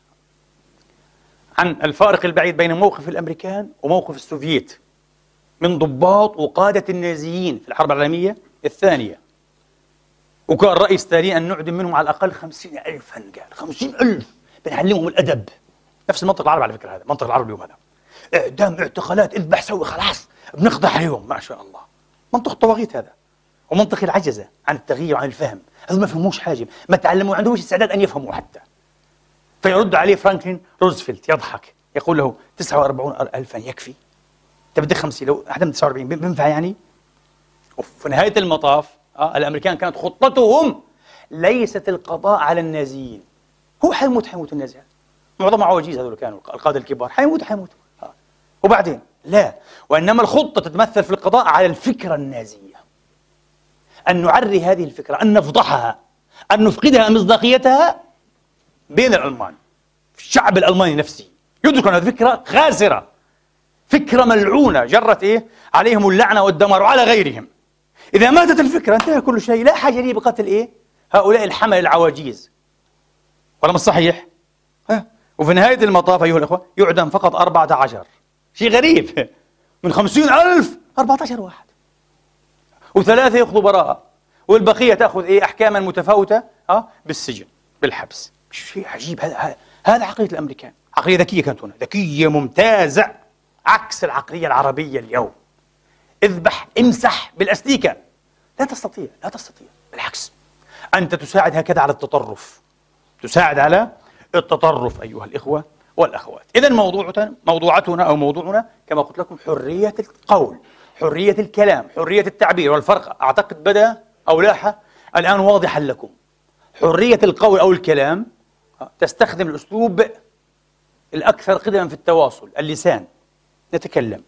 عن الفارق البعيد بين موقف الأمريكان وموقف السوفييت من ضباط وقادة النازيين في الحرب العالمية الثانية، وكان رأي ستالين أن نعدم منهم على الأقل خمسين ألفا. قال خمسين ألف بنعلمهم الأدب. نفس المنطق العربي على فكرة، هذا منطق العرب اليوم، هذا إعدام، اعتقالات، اذبح، سوي، خلاص بنقضي عليهم ما شاء الله. منطق الطواغيت هذا، ومنطق العجزة عن التغيير وعن الفهم. هذول ما فهموش حاجة، ما تعلموا، عندهمش استعداد أن يفهموا حتى. فيرد عليه فرانكلين روزفلت يضحك يقول له تسعة وأربعين ألفا يكفي؟ أنت بدك خمسين، لو أعدمت تسعة وأربعين بينفع يعني؟ وفي نهاية المطاف آه الأمريكان كانت خطتهم ليست القضاء على النازيين. هو حيموت حيموت النازي، معظم عواجيز هذول كانوا القادة الكبار، حيموت حيموت آه. وبعدين لا، وإنما الخطة تتمثل في القضاء على الفكرة النازية، أن نعري هذه الفكرة، أن نفضحها، أن نفقدها مصداقيتها بين الألمان، في الشعب الألماني نفسه يدرك أن هذه فكرة خاسرة، فكرة ملعونة جرت إيه؟ عليهم اللعنة والدمار وعلى غيرهم. إذا ماتت الفكرة انتهى كل شيء، لا حاجة لي بقتل إيه؟ هؤلاء الحمل العواجيز. ولا مش صحيح؟ ها؟ وفي نهاية المطاف أيها الأخوة يعدم فقط أربعة عشر. شيء غريب، من خمسين ألف أربعة عشر واحد، وثلاثة يأخذوا براءة، والبقية تأخذ إيه؟ أحكاما متفاوتة أه؟ بالسجن، بالحبس. شيء عجيب. هذا هذا هذا عقلية الأمريكان، عقلية ذكية كانت هنا، ذكية ممتازة، عكس العقلية العربية اليوم. اذبح، امسح بالأسليكة. لا تستطيع، لا تستطيع، بالعكس أنت تساعد هكذا على التطرف، تساعد على التطرف أيها الإخوة والأخوات. إذن موضوعنا موضوعتنا أو موضوعنا كما قلت لكم حرية القول، حرية الكلام، حرية التعبير. والفرق أعتقد بدأ أو لاح الآن واضحا لكم. حرية القول أو الكلام تستخدم الأسلوب الأكثر قدما في التواصل، اللسان، نتكلم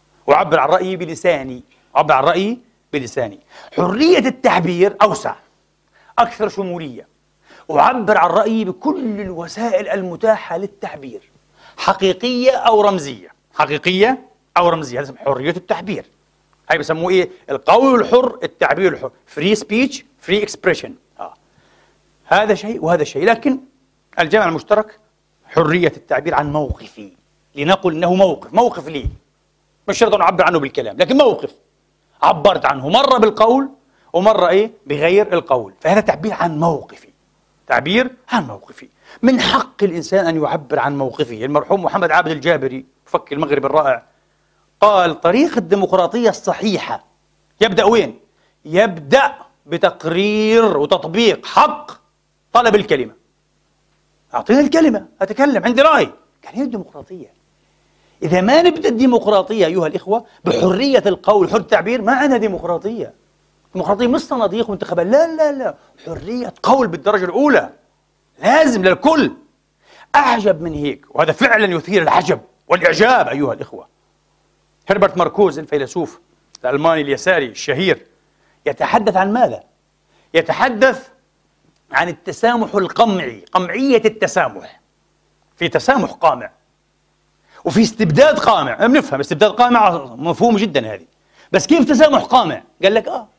وعبر عن رأيي بلساني، عبر عن رأيي بلساني. حرية التعبير أوسع، أكثر شمولية، أعبر عن رأيي بكل الوسائل المتاحة للتعبير، حقيقية أو رمزية، حقيقية أو رمزية، هذا حرية التعبير. هاي بسموه إيه؟ القول الحر، التعبير الحر، free speech free expression. آه. هذا شيء وهذا شيء، لكن الجامع المشترك حرية التعبير عن موقفي، لنقل إنه موقف، موقف لي، مش شرط أن أعبر عنه بالكلام، لكن موقف عبرت عنه مرة بالقول ومرة إيه؟ بغير القول، فهذا تعبير عن موقفي، تعبير عن موقفي. من حق الإنسان أن يعبر عن موقفه. المرحوم محمد عابد الجابري مفكر المغرب الرائع قال: طريق الديمقراطية الصحيحة يبدأ وين؟ يبدأ بتقرير وتطبيق حق طلب الكلمة. أعطيني الكلمة أتكلم، عندي رأي. كان هي الديمقراطية. إذا ما نبدأ الديمقراطية أيها الإخوة بحرية القول حر التعبير، ما عندنا ديمقراطية. ديمقراطية مش صناديق وانتخابات، لا لا لا، حرية قول بالدرجة الأولى، لازم للكل. أعجب من هيك، وهذا فعلا يثير العجب والإعجاب أيها الإخوة، هربرت ماركوز الفيلسوف الألماني اليساري الشهير يتحدث عن ماذا؟ يتحدث عن التسامح القمعي، قمعية التسامح. في تسامح قامع وفي استبداد قامع. بنفهم استبداد قامع مفهوم جدا هذه، بس كيف تسامح قامع؟ قال لك آه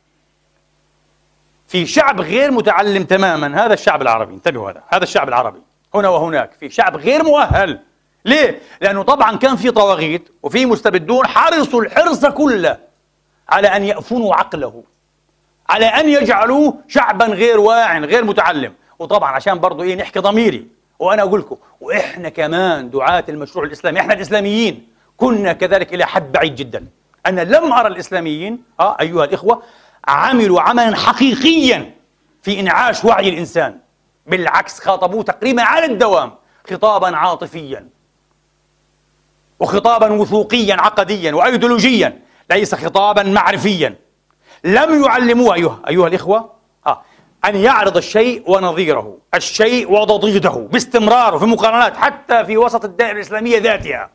في شعب غير متعلم تماما، هذا الشعب العربي، انتبهوا، هذا هذا الشعب العربي هنا وهناك، في شعب غير مؤهل. ليه؟ لأنه طبعا كان في طواغيت وفي مستبدون حرصوا الحرص كله على أن يأفنوا عقله، على أن يجعلوه شعبا غير واع غير متعلم. وطبعا عشان برضو إيه نحكي ضميري، وأنا أقول لكم وإحنا كمان دعاة المشروع الإسلامي، إحنا الإسلاميين كنا كذلك إلى حد بعيد جدا. أنا لم أرى الإسلاميين آه أيها الإخوة عملوا عملا حقيقيا في إنعاش وعي الإنسان، بالعكس خاطبوه تقريبا على الدوام خطابا عاطفيا وخطابا وثوقيا عقديا وأيديولوجيا، ليس خطابا معرفيا. لم يعلموه أيها أيها الإخوة آه أن يعرض الشيء ونظيره، الشيء وضديده باستمرار وفي مقارنات، حتى في وسط الدائرة الإسلامية ذاتها.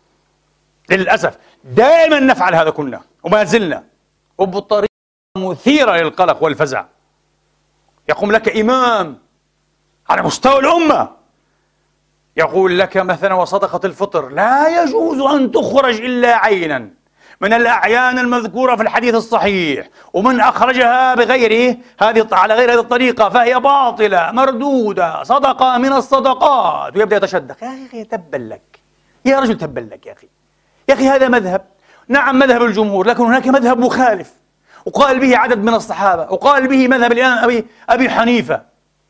للأسف دائما نفعل هذا كنا وما زلنا، وبالطريقة مثيرة للقلق والفزع. يقوم لك إمام على مستوى الأمة يقول لك مثلا: وصدقة الفطر لا يجوز أن تخرج إلا عينا من الأعيان المذكورة في الحديث الصحيح، ومن أخرجها بغيره هذه على غير هذه الطريقة فهي باطلة مردودة، صدقة من الصدقات، ويبدأ يتشدق. يا أخي تبا لك، يا رجل تبا لك يا أخي، يا أخي هذا مذهب، نعم مذهب الجمهور، لكن هناك مذهب مخالف وقال به عدد من الصحابة، وقال به مذهب الإمام أبي, أبي حنيفة،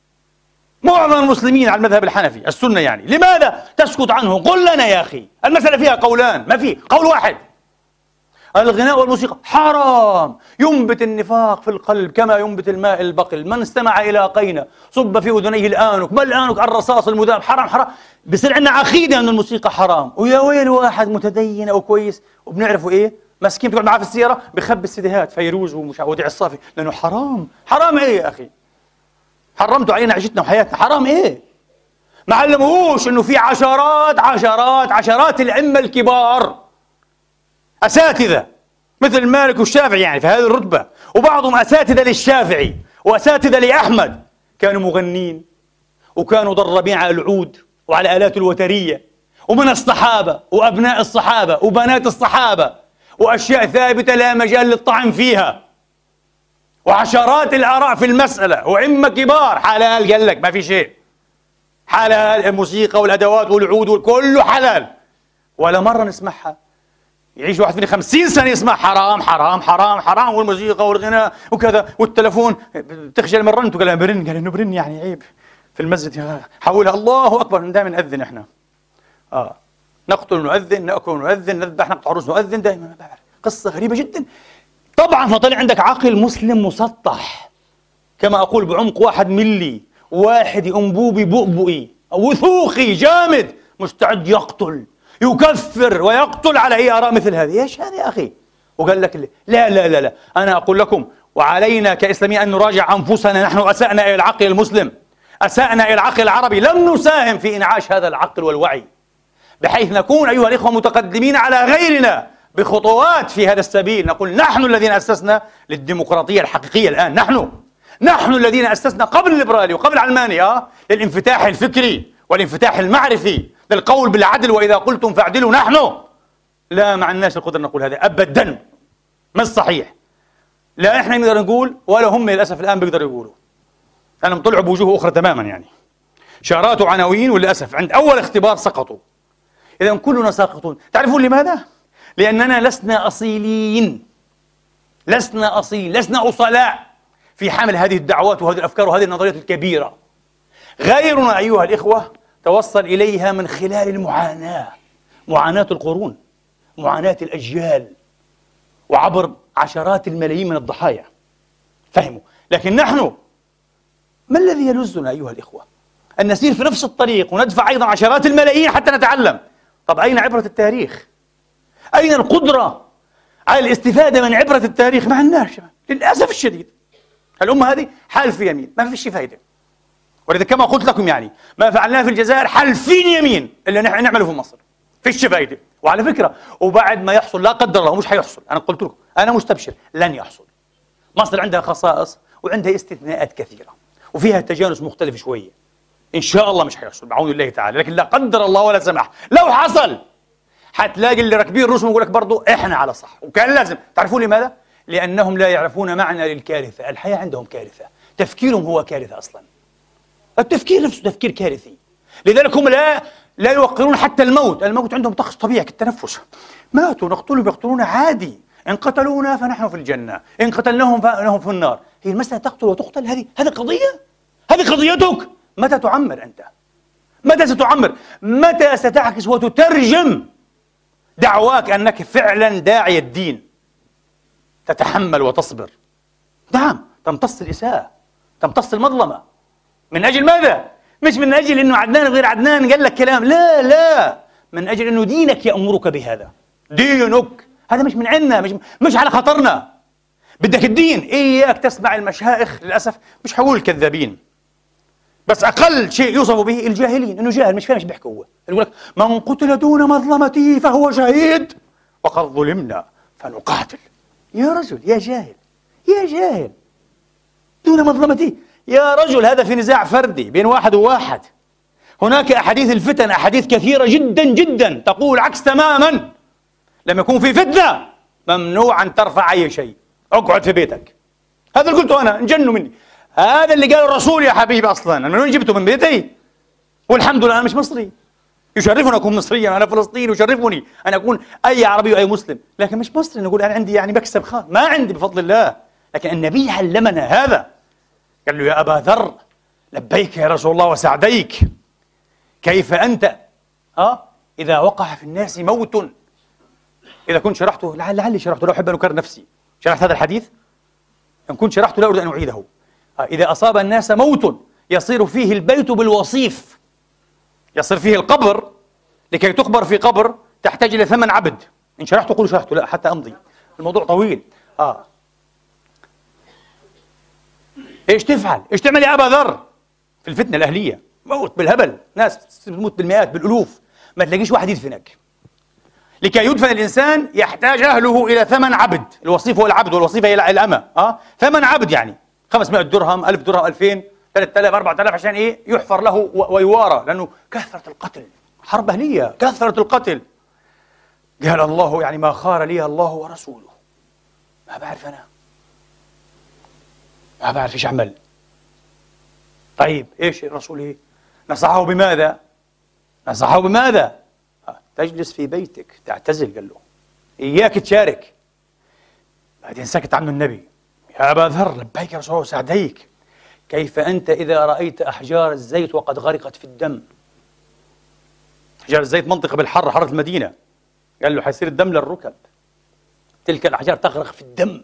معظم المسلمين على المذهب الحنفي السنة يعني. لماذا تسكت عنه؟ قل لنا يا أخي، المسألة فيها قولان، ما في قول واحد. الغناء والموسيقى حرام، ينبت النفاق في القلب كما ينبت الماء البقل، من استمع إلى قينة صب في أذنيه الآنك، ما الآنك الرصاص المذاب، حرام حرام. بصير عندنا عقيدة أن الموسيقى حرام، ويا ويل واحد متدين أو كويس وبنعرفه إيه مسكين بتقعد معاه في السيارة بخبي السيديهات فيروز ومش وديع الصافي، لأنه حرام. حرام إيه يا أخي؟ حرمتوا علينا عيشتنا وحياتنا، حرام إيه؟ ما علموهوش إنه في عشرات عشرات عشرات الأئمة الكبار أساتذة مثل مالك والشافعي يعني في هذه الرتبة، وبعضهم أساتذة للشافعي وأساتذة لأحمد، كانوا مغنين وكانوا ضربين على العود وعلى آلات الوترية، ومن الصحابة وأبناء الصحابة وبنات الصحابة، وأشياء ثابتة لا مجال للطعن فيها، وعشرات الآراء في المسألة، وأئمة كبار. حلال قال لك ما في شيء، حلال الموسيقى والأدوات والعود وكله حلال، ولا مرة نسمعها. يعيش واحد فينا خمسين سنة يسمع حرام حرام حرام حرام، والموسيقى والغناء وكذا، والتلفون تخجل من رنته، قال برن، قال إنه برن يعني عيب في المسجد، حولها الله أكبر. دائما نأذن إحنا آه نقتل نؤذن، نأكل نؤذن، نذبح نقطع رؤوس نؤذن، دائما قصة غريبة جدا. طبعا فطلع عندك عقل مسلم مسطح كما أقول بعمق واحد ملي، واحد أنبوبي بؤبؤي وثوقي جامد، مستعد يقتل يكفر ويقتل على أي آراء مثل هذه. إيش هذا يا أخي؟ وقال لك لا لا لا لا، أنا أقول لكم وعلينا كإسلاميين أن نراجع أنفسنا. نحن أسأنا إلى العقل المسلم، أسأنا إلى العقل العربي، لم نساهم في إنعاش هذا العقل والوعي بحيث نكون أيها الإخوة متقدمين على غيرنا بخطوات في هذا السبيل. نقول نحن الذين أسسنا للديمقراطية الحقيقية الآن، نحن نحن الذين أسسنا قبل الليبرالي وقبل العلماني أه؟ للانفتاح الفكري والانفتاح المعرفي، للقول بالعدل، وإذا قلتم فاعدلوا. نحن لا، ما عندناش القدرة نقول هذا أبدا، مش صحيح. لا إحنا نقدر نقول ولا هم للأسف الآن بيقدروا يقولوا. أنا طلعوا بوجوه أخرى تماما، يعني شارات وعناوين، وللأسف عند أول اختبار سقطوا. إذا كلنا ساقطون. تعرفون لماذا؟ لأننا لسنا أصيلين، لسنا أصيل، لسنا أصلاء في حمل هذه الدعوات وهذه الأفكار وهذه النظريات الكبيرة. غيرنا أيها الإخوة توصل إليها من خلال المعاناة، معاناة القرون، معاناة الأجيال، وعبر عشرات الملايين من الضحايا. فهموا؟ لكن نحن ما الذي يلزنا أيها الإخوة؟ أن نسير في نفس الطريق وندفع أيضا عشرات الملايين حتى نتعلم. طب أين عبرة التاريخ؟ أين القدرة على الاستفادة من عبرة التاريخ؟ ما عندناش للأسف الشديد. الأمة هذه حالف يمين، ما فيش فايدة. ولذا كما قلت لكم يعني ما فعلناه في الجزائر حالفين يمين إلا نحن نعمله في مصر، فيش فايدة. وعلى فكرة وبعد ما يحصل لا قدر الله، مش حيحصل، أنا قلت لكم أنا مستبشر لن يحصل. مصر عندها خصائص وعندها استثناءات كثيرة وفيها تجانس مختلف شوية. إن شاء الله مش حيحصل بعون الله تعالى، لكن لا قدر الله ولا سمح لو حصل حتلاقي اللي راكبين الرسم يقول لك برضه إحنا على صح، وكان لازم. تعرفون لماذا؟ لأنهم لا يعرفون معنى للكارثة. الحياة عندهم كارثة، تفكيرهم هو كارثة أصلا. التفكير نفسه تفكير كارثي. لذلك هم لا لا يوقرون حتى الموت. الموت عندهم طقس طبيعي كالتنفس. ماتوا نقتلهم يقتلون عادي، إن قتلونا فنحن في الجنة، إن قتلناهم فنحن في النار. هي المسألة تقتل وتقتل، هذه هذه قضية، هذه قضيتك. متى تعمر أنت؟ متى ستعمر؟ متى ستعكس وتترجم دعواك أنك فعلا داعي الدين؟ تتحمل وتصبر، نعم، تمتص الإساءة، تمتص المظلمة. من أجل ماذا؟ مش من أجل أنه عدنان غير عدنان قال لك كلام، لا لا، من أجل أنه دينك يأمرك بهذا. دينك هذا مش من عندنا، مش مش على خطرنا. بدك الدين، إياك تسمع المشايخ للأسف، مش حقول كذابين، بس أقل شيء يوصف به الجاهلين، إنه جاهل مش فاهم ايش بيحكي هو. يقول لك من قتل دون مظلمته فهو شهيد وقد ظلمنا فنقاتل. يا رجل، يا جاهل، يا جاهل، دون مظلمته. يا رجل هذا في نزاع فردي بين واحد وواحد. هناك أحاديث الفتن، أحاديث كثيرة جدا جدا تقول عكس تماما. لما يكون في فتنة ممنوع أن ترفع أي شيء، اقعد في بيتك. هذا اللي قلته أنا، انجنوا مني. هذا اللي قال الرسول يا حبيبي. أصلا أنا من وين جبته؟ من بيتي. والحمد لله أنا مش مصري، يشرفني أن أكون مصريا. أنا فلسطيني، يشرفني أن أكون أي عربي وأي مسلم، لكن مش مصري نقول أنا عندي يعني مكسب خاص. ما عندي بفضل الله، لكن النبي علمنا هذا. قال له يا أبا ذر لبيك يا رسول الله وسعديك، كيف أنت أه؟ إذا وقع في الناس موت. إذا كنت شرحته، لعل لعلي شرحته، لا أحب أن أكرر نفسي. شرحت هذا الحديث؟ إن كنت شرحته لا أريد أن أعيده. أه إذا أصاب الناس موت يصير فيه البيت بالوصيف، يصير فيه القبر. لكي تقبر في قبر تحتاج إلى ثمن عبد. إن شرحته قولوا شرحته، لا حتى أمضي، الموضوع طويل. آه إيش تفعل؟ إيش تعمل يا أبا ذر؟ في الفتنة الأهلية موت بالهبل، ناس تموت بالمئات بالألوف، ما تلاقيش واحد يدفنك. لكي يدفن الإنسان يحتاج أهله إلى ثمن عبد. الوصيف هو العبد والوصيفة هي الأمة. آه ثمن عبد يعني خمسمائة درهم، ألف درهم، ألفين، ثلاثة آلاف، أربعة آلاف، عشان إيه؟ يحفر له ويوارى، لأنه كثرة القتل، حرب أهلية، كثرة القتل. قال الله يعني ما خار لي الله ورسوله. ما بعرف أنا، ما بعرف إيش أعمل. طيب إيش الرسول إيه؟ نصحه بماذا؟ نصحه بماذا؟ تجلس في بيتك، تعتزل. قال له إياك تشارك. بعدين سكت عنه النبي. يا أبا ذر لبيك يا رسول الله وسعديك، كيف أنت إذا رأيت أحجار الزيت وقد غرقت في الدم؟ أحجار الزيت منطقة بالحر، حرة المدينة. قال له حيصير الدم للركب، تلك الأحجار تغرق في الدم.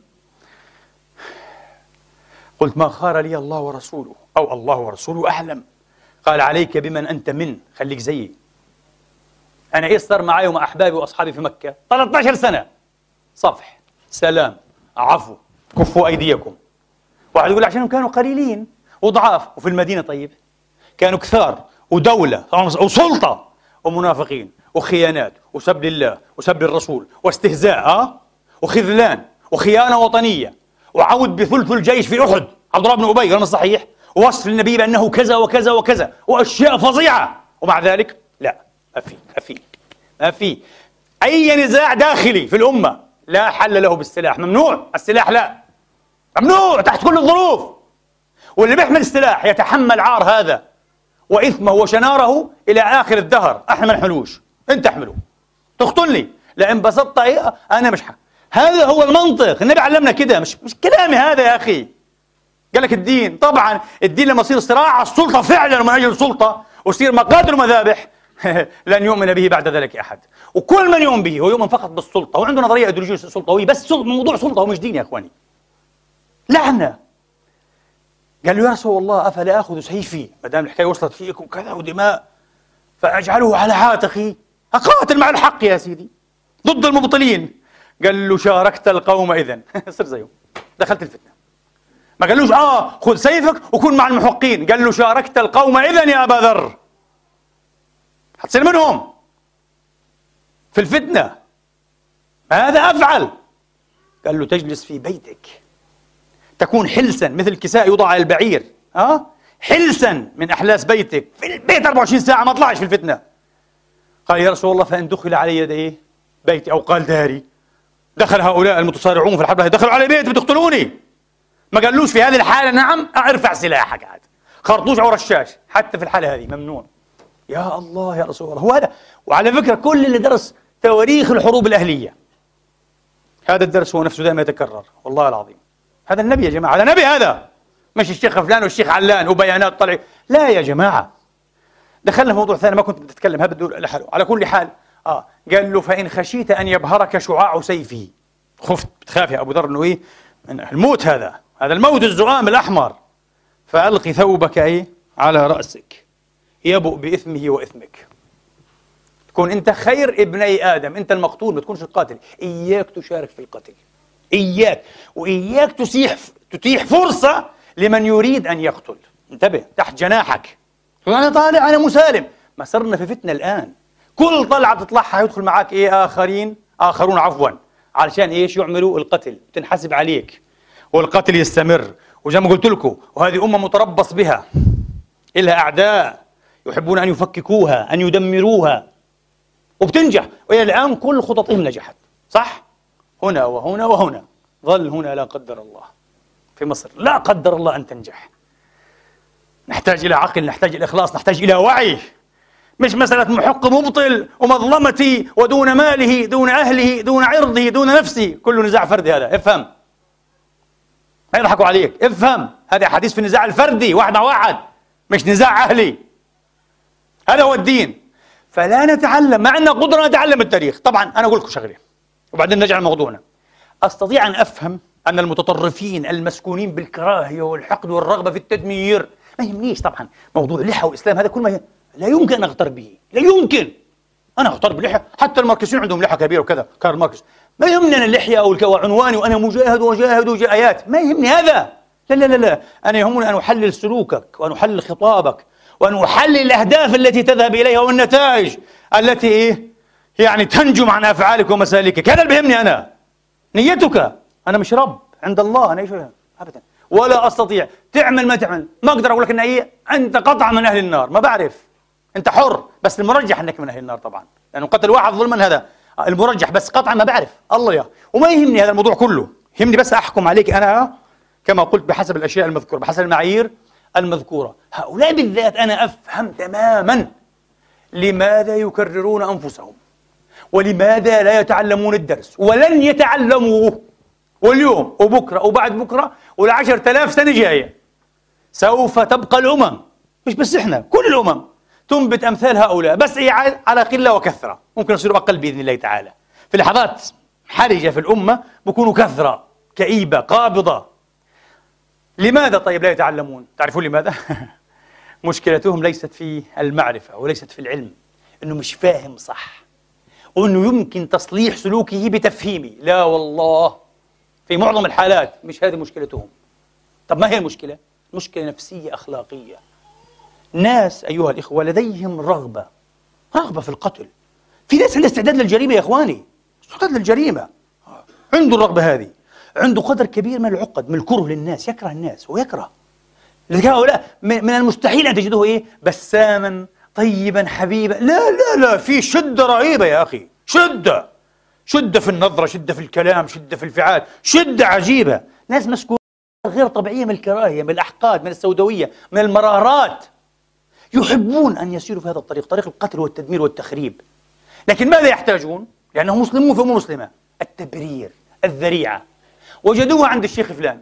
قلت ما خار لي الله ورسوله، أو الله ورسوله أعلم. قال عليك بمن أنت من، خليك زيي. أنا إيه صار معي ومع أحبابي وأصحابي في مكة؟ ثلاثة عشر سنة صفح، سلام، عفو، كفوا أيديكم. واحد يقول عشانهم كانوا قليلين وضعاف، وفي المدينة طيب كانوا كثار ودولة وسلطة ومنافقين وخيانات وسب لله وسب للرسول واستهزاء، أه؟ وخذلان وخيانة وطنية وعود بثلث الجيش في أحد عبد الله بن أبي غير صحيح، وصف للنبي بأنه كذا وكذا وكذا وأشياء فظيعة، ومع ذلك لا، ما في ما في ما في أي نزاع داخلي في الأمة لا حل له بالسلاح، ممنوع السلاح، لا ممنوع تحت كل الظروف. واللي بيحمل السلاح يتحمل عار هذا وإثمه وشناره إلى آخر الدهر. احنا ما نحملوش، أنت احمله، تقتلني لأن بسطت إيه؟ أنا مش حق. هذا هو المنطق، النبي علمنا كده، مش مش كلامي هذا يا أخي. قال لك الدين، طبعا الدين لما يصير صراع على السلطة فعلا ومن أجل السلطة ويصير مقاتل ومذابح لن يؤمن به بعد ذلك أحد. وكل من يؤمن به هو يؤمن فقط بالسلطة، هو عنده نظرية أيديولوجية سلطوية، بس موضوع سلطة هو مش دين يا إخواني. لعنة. قال له يا رسول الله أفلا آخذ سيفي ما دام الحكاية وصلت فيك وكذا ودماء فأجعله على عاتقي أقاتل مع الحق يا سيدي ضد المبطلين. قال له شاركت القوم إذن صر زيهم، دخلت الفتنة. ما قالوش آه خذ سيفك وكن مع المحقين، قال له شاركت القوم إذن يا أبا ذر، هتصير منهم في الفتنة. ماذا أفعل؟ قال له تجلس في بيتك، تكون حلسا مثل كساء يوضع على البعير، ها؟ حلسا من أحلاس بيتك في البيت أربعة وعشرين ساعة، ما طلعش في الفتنة. قال يا رسول الله فإن دخل علي إيه؟ بيتي أو قال داري، دخل هؤلاء المتصارعون في الحرب دخلوا على بيتي بتقتلوني، ما قالوش في هذه الحالة نعم ارفع سلاحك عاد، خرطوش أو رشاش، حتى في الحالة هذه ممنوع. يا الله يا رسول الله، هو هذا. وعلى فكرة كل اللي درس تواريخ الحروب الأهلية هذا الدرس هو نفسه دائما يتكرر، والله العظيم. هذا النبي يا جماعة، هذا نبي، هذا مش الشيخ فلان والشيخ علان وبيانات طلع، لا يا جماعة. دخلنا في موضوع ثاني ما كنت بتتكلم، هذا بدو لحاله. على كل حال آه قال له فإن خشيت أن يبهرك شعاع سيفي، خفت بتخاف يا أبو ذر إنه إيه من الموت، هذا هذا الموت الزؤام الأحمر، فألقي ثوبك إيه على رأسك يبؤ بإثمه وإثمك. تكون أنت خير ابني آدم، أنت المقتول ما تكونش القاتل. إياك تشارك في القتل، إياك، وإياك تسيح تتيح فرصة لمن يريد أن يقتل. انتبه، تحت جناحك. أنا طالع أنا مسالم، ما صرنا في فتنة الآن، كل طلعة تطلعها يدخل معك إيه آخرين آخرون عفوا علشان إيش يعملوا القتل، تنحسب عليك والقتل يستمر. وزي ما قلت لكم، وهذه أمة متربص بها، إلها أعداء يحبون أن يفككوها أن يدمروها، وبتنجح. وإلى الآن كل خططهم نجحت، صح؟ هنا وهنا وهنا، ظل هنا لا قدر الله في مصر لا قدر الله أن تنجح. نحتاج إلى عقل، نحتاج إلى إخلاص، نحتاج إلى وعي، مش مسألة محق مبطل ومظلمتي ودون ماله دون أهله دون عرضه دون نفسه، كله نزاع فردي. هذا افهم، ما يضحكوا عليك، افهم، هذا حديث في النزاع الفردي واحد مع واحد، مش نزاع أهلي. هذا هو الدين. فلا نتعلم، مع أن قدرة نتعلم التاريخ. طبعا أنا أقول لكم شغلة وبعدين نرجع لموضوعنا. أستطيع أن أفهم أن المتطرفين المسكونين بالكراهية والحقد والرغبة في التدمير، ما يهمنيش طبعا موضوع اللحى والإسلام، هذا كل ما لا يمكن أن أغتر به، لا يمكن أنا أغتر باللحية. حتى الماركسيين عندهم لحى كبيرة وكذا، كارل ماركس، ما يهمني أنا اللحية أو وعنواني وأنا مجاهد وجاهد وآيات، ما يهمني هذا. لا لا لا لا، أنا يهمني أن أحلل سلوكك وأن أحلل خطابك وأن أحلل الأهداف التي تذهب إليها والنتائج التي إيه يعني تنجم عن أفعالك ومسالكك. هذا اللي بيهمني أنا، نيتك. أنا مش رب عند الله، أنا إيش أبدا، ولا أستطيع تعمل ما تعمل، ما أقدر أقول لك إن إيه أنت قطعا من أهل النار، ما بعرف، أنت حر، بس المرجح أنك من أهل النار طبعا، لأنه قتل واحد ظلما هذا المرجح، بس قطعا ما بعرف الله يا، وما يهمني هذا الموضوع كله، يهمني بس أحكم عليك أنا كما قلت بحسب الأشياء المذكورة، بحسب المعايير المذكورة. هؤلاء بالذات أنا أفهم تماما لماذا يكررون أنفسهم ولماذا لا يتعلمون الدرس، ولن يتعلموه، واليوم وبكرة وبعد بكرة والعشر تلاف سنة جاية سوف تبقى الأمم، مش بس إحنا، كل الأمم تنبت أمثال هؤلاء، بس على قلة وكثرة، ممكن يصيروا أقل بإذن الله تعالى. في لحظات حرجة في الأمة بيكونوا كثرة كئيبة قابضة. لماذا طيب لا يتعلمون؟ تعرفون لماذا؟ مشكلتهم ليست في المعرفة وليست في العلم، إنه مش فاهم صح، وإنه يمكن تصليح سلوكه بتفهيمي. لا والله، في معظم الحالات مش هذه مشكلتهم. طب ما هي المشكلة؟ مشكلة نفسية أخلاقية. ناس أيها الإخوة لديهم رغبة رغبة في القتل. في ناس عندها استعداد للجريمة يا إخواني، استعداد للجريمة، عنده الرغبة هذه، عنده قدر كبير من العقد، من الكره للناس، يكره الناس ويكره. لذلك هؤلاء من المستحيل أن تجده إيه بساما طيبا حبيبا، لا لا لا، في شدة رهيبة يا أخي، شدة شدة في النظرة، شدة في الكلام، شدة في الفعال، شدة عجيبة. ناس مسكونة غير طبيعية من الكراهية، من الأحقاد، من السوداوية، من المرارات، يحبون أن يسيروا في هذا الطريق، طريق القتل والتدمير والتخريب. لكن ماذا يحتاجون؟ لأنهم مسلمون في أمة مسلمة، التبرير، الذريعة. وجدوها عند الشيخ فلان،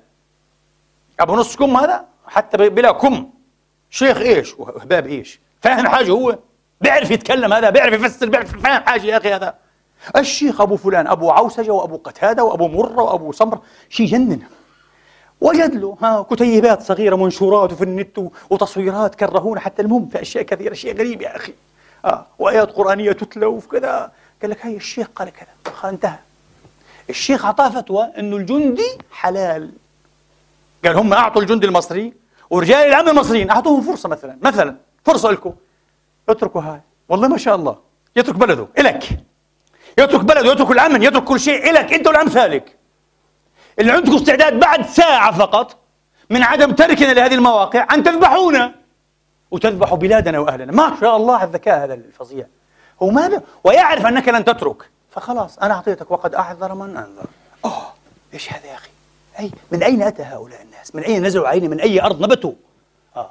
أبو نص كم هذا، حتى بلا كم، شيخ إيش وهباب إيش، فاهم حاجة هو؟ بيعرف يتكلم هذا، بيعرف يفسر، بيعرف فاهم حاجة يا أخي هذا. الشيخ أبو فلان، أبو عوسجة وأبو قتادة وأبو مرة وأبو سمر، شيء جنن. وجد له ها كتيبات صغيرة، منشورات في النت وتصويرات كرهونا حتى المهم في أشياء كثيرة، شيء غريب يا أخي. آه وآيات قرآنية تتلى وكذا. قال لك هاي الشيخ قال كذا، انتهى. الشيخ أعطاه فتوى إنه الجندي حلال. قال هم أعطوا الجندي المصري ورجال الأمن المصريين أعطوهم فرصة، مثلا مثلا فرصة لكم، اتركوا هاي، والله ما شاء الله، يترك بلده إلك، يترك بلده، يترك الأمن، يترك كل شيء إلك أنت والأمثالك، اللي عندكم استعداد بعد ساعة فقط من عدم تركنا لهذه المواقع أن تذبحونا وتذبحوا بلادنا وأهلنا. ما شاء الله على الذكاء هذا الفظيع. هو ماذا؟ ويعرف أنك لن تترك، فخلاص أنا أعطيتك وقد أعذر من أنذر. أوه إيش هذا يا أخي؟ أي من أين أتى هؤلاء الناس؟ من أين نزلوا علينا؟ من أي أرض نبتوا؟ آه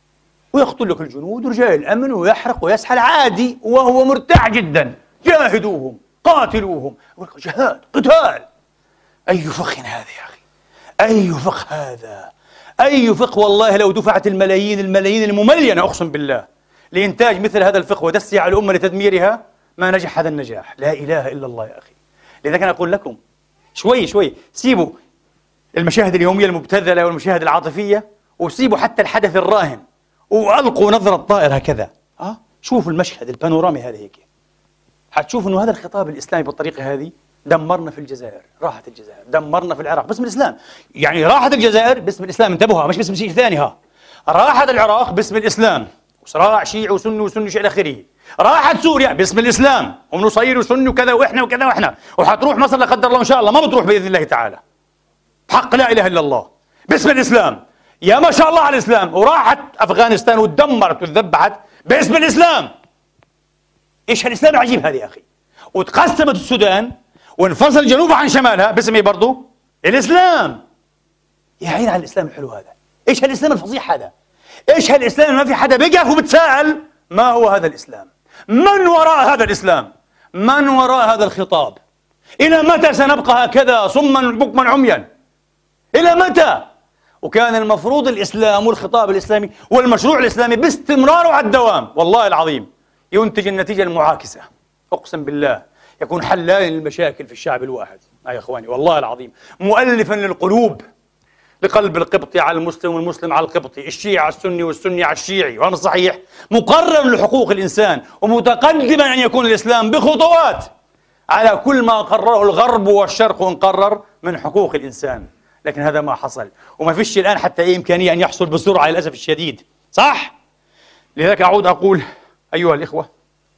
ويقتل لك الجنود ورجال الأمن ويحرق ويسحل عادي وهو مرتاح جدا. جاهدوهم، قاتلوهم، جهاد، قتال. أي فقه هذا يا أخي؟ أي فقه هذا؟ أي فقه؟ والله لو دفعت الملايين الملايين المملينة أقسم بالله لإنتاج مثل هذا الفقه وتسعى على الأمة لتدميرها ما نجح هذا النجاح. لا إله إلا الله يا أخي. لذلك أنا أقول لكم شوي شوي سيبوا المشاهد اليومية المبتذلة والمشاهد العاطفية، وسيبوا حتى الحدث الراهن، وألقوا نظرة طائر هكذا. أه؟ شوفوا المشهد البانورامي هذا هيك، حتشوفوا أنه هذا الخطاب الإسلامي بالطريقة هذه دمرنا في الجزائر، راحت الجزائر، دمرنا في العراق باسم الإسلام. يعني راحت الجزائر باسم الإسلام، انتبهوا، مش باسم شيء ثاني. ها راحت العراق باسم الإسلام، وصراع شيعي وسني وسني شيء إلى آخره. راحت سوريا باسم الإسلام ونصير وسني وكذا وإحنا وكذا وإحنا، وحتروح مصر لا قدر الله إن شاء الله، ما بتروح بإذن الله تعالى، بحق لا إله إلا الله، باسم الإسلام. يا ما شاء الله على الإسلام. وراحت أفغانستان وتدمرت وتذبحت باسم الإسلام. إيش هالإسلام العجيب هذا يا أخي؟ وتقسمت السودان وانفصل جنوبها عن شمالها باسم ايه برضه؟ الإسلام. يا عين على الإسلام الحلو هذا. إيش هالإسلام الفظيع هذا؟ إيش هالإسلام ما في حدا بيقف وبتساءل ما هو هذا الإسلام؟ من وراء هذا الإسلام؟ من وراء هذا الخطاب؟ إلى متى سنبقى هكذا صما بكما عميا؟ إلى متى؟ وكان المفروض الإسلام والخطاب الإسلامي والمشروع الإسلامي باستمراره على الدوام والله العظيم ينتج النتيجة المعاكسة. أقسم بالله يكون حلال للمشاكل في الشعب الواحد. يا إخواني والله العظيم مؤلفا للقلوب، لقلب القبطي على المسلم والمسلم على القبطي، الشيعي على السني والسني على الشيعي، وهذا صحيح، مقرر لحقوق الإنسان ومتقدما أن يكون الإسلام بخطوات على كل ما قرره الغرب والشرق ونقرر من حقوق الإنسان. لكن هذا ما حصل، وما فيش الآن حتى أي إمكانية أن يحصل بسرعة للأسف الشديد. صح؟ لذلك أعود أقول أيها الإخوة،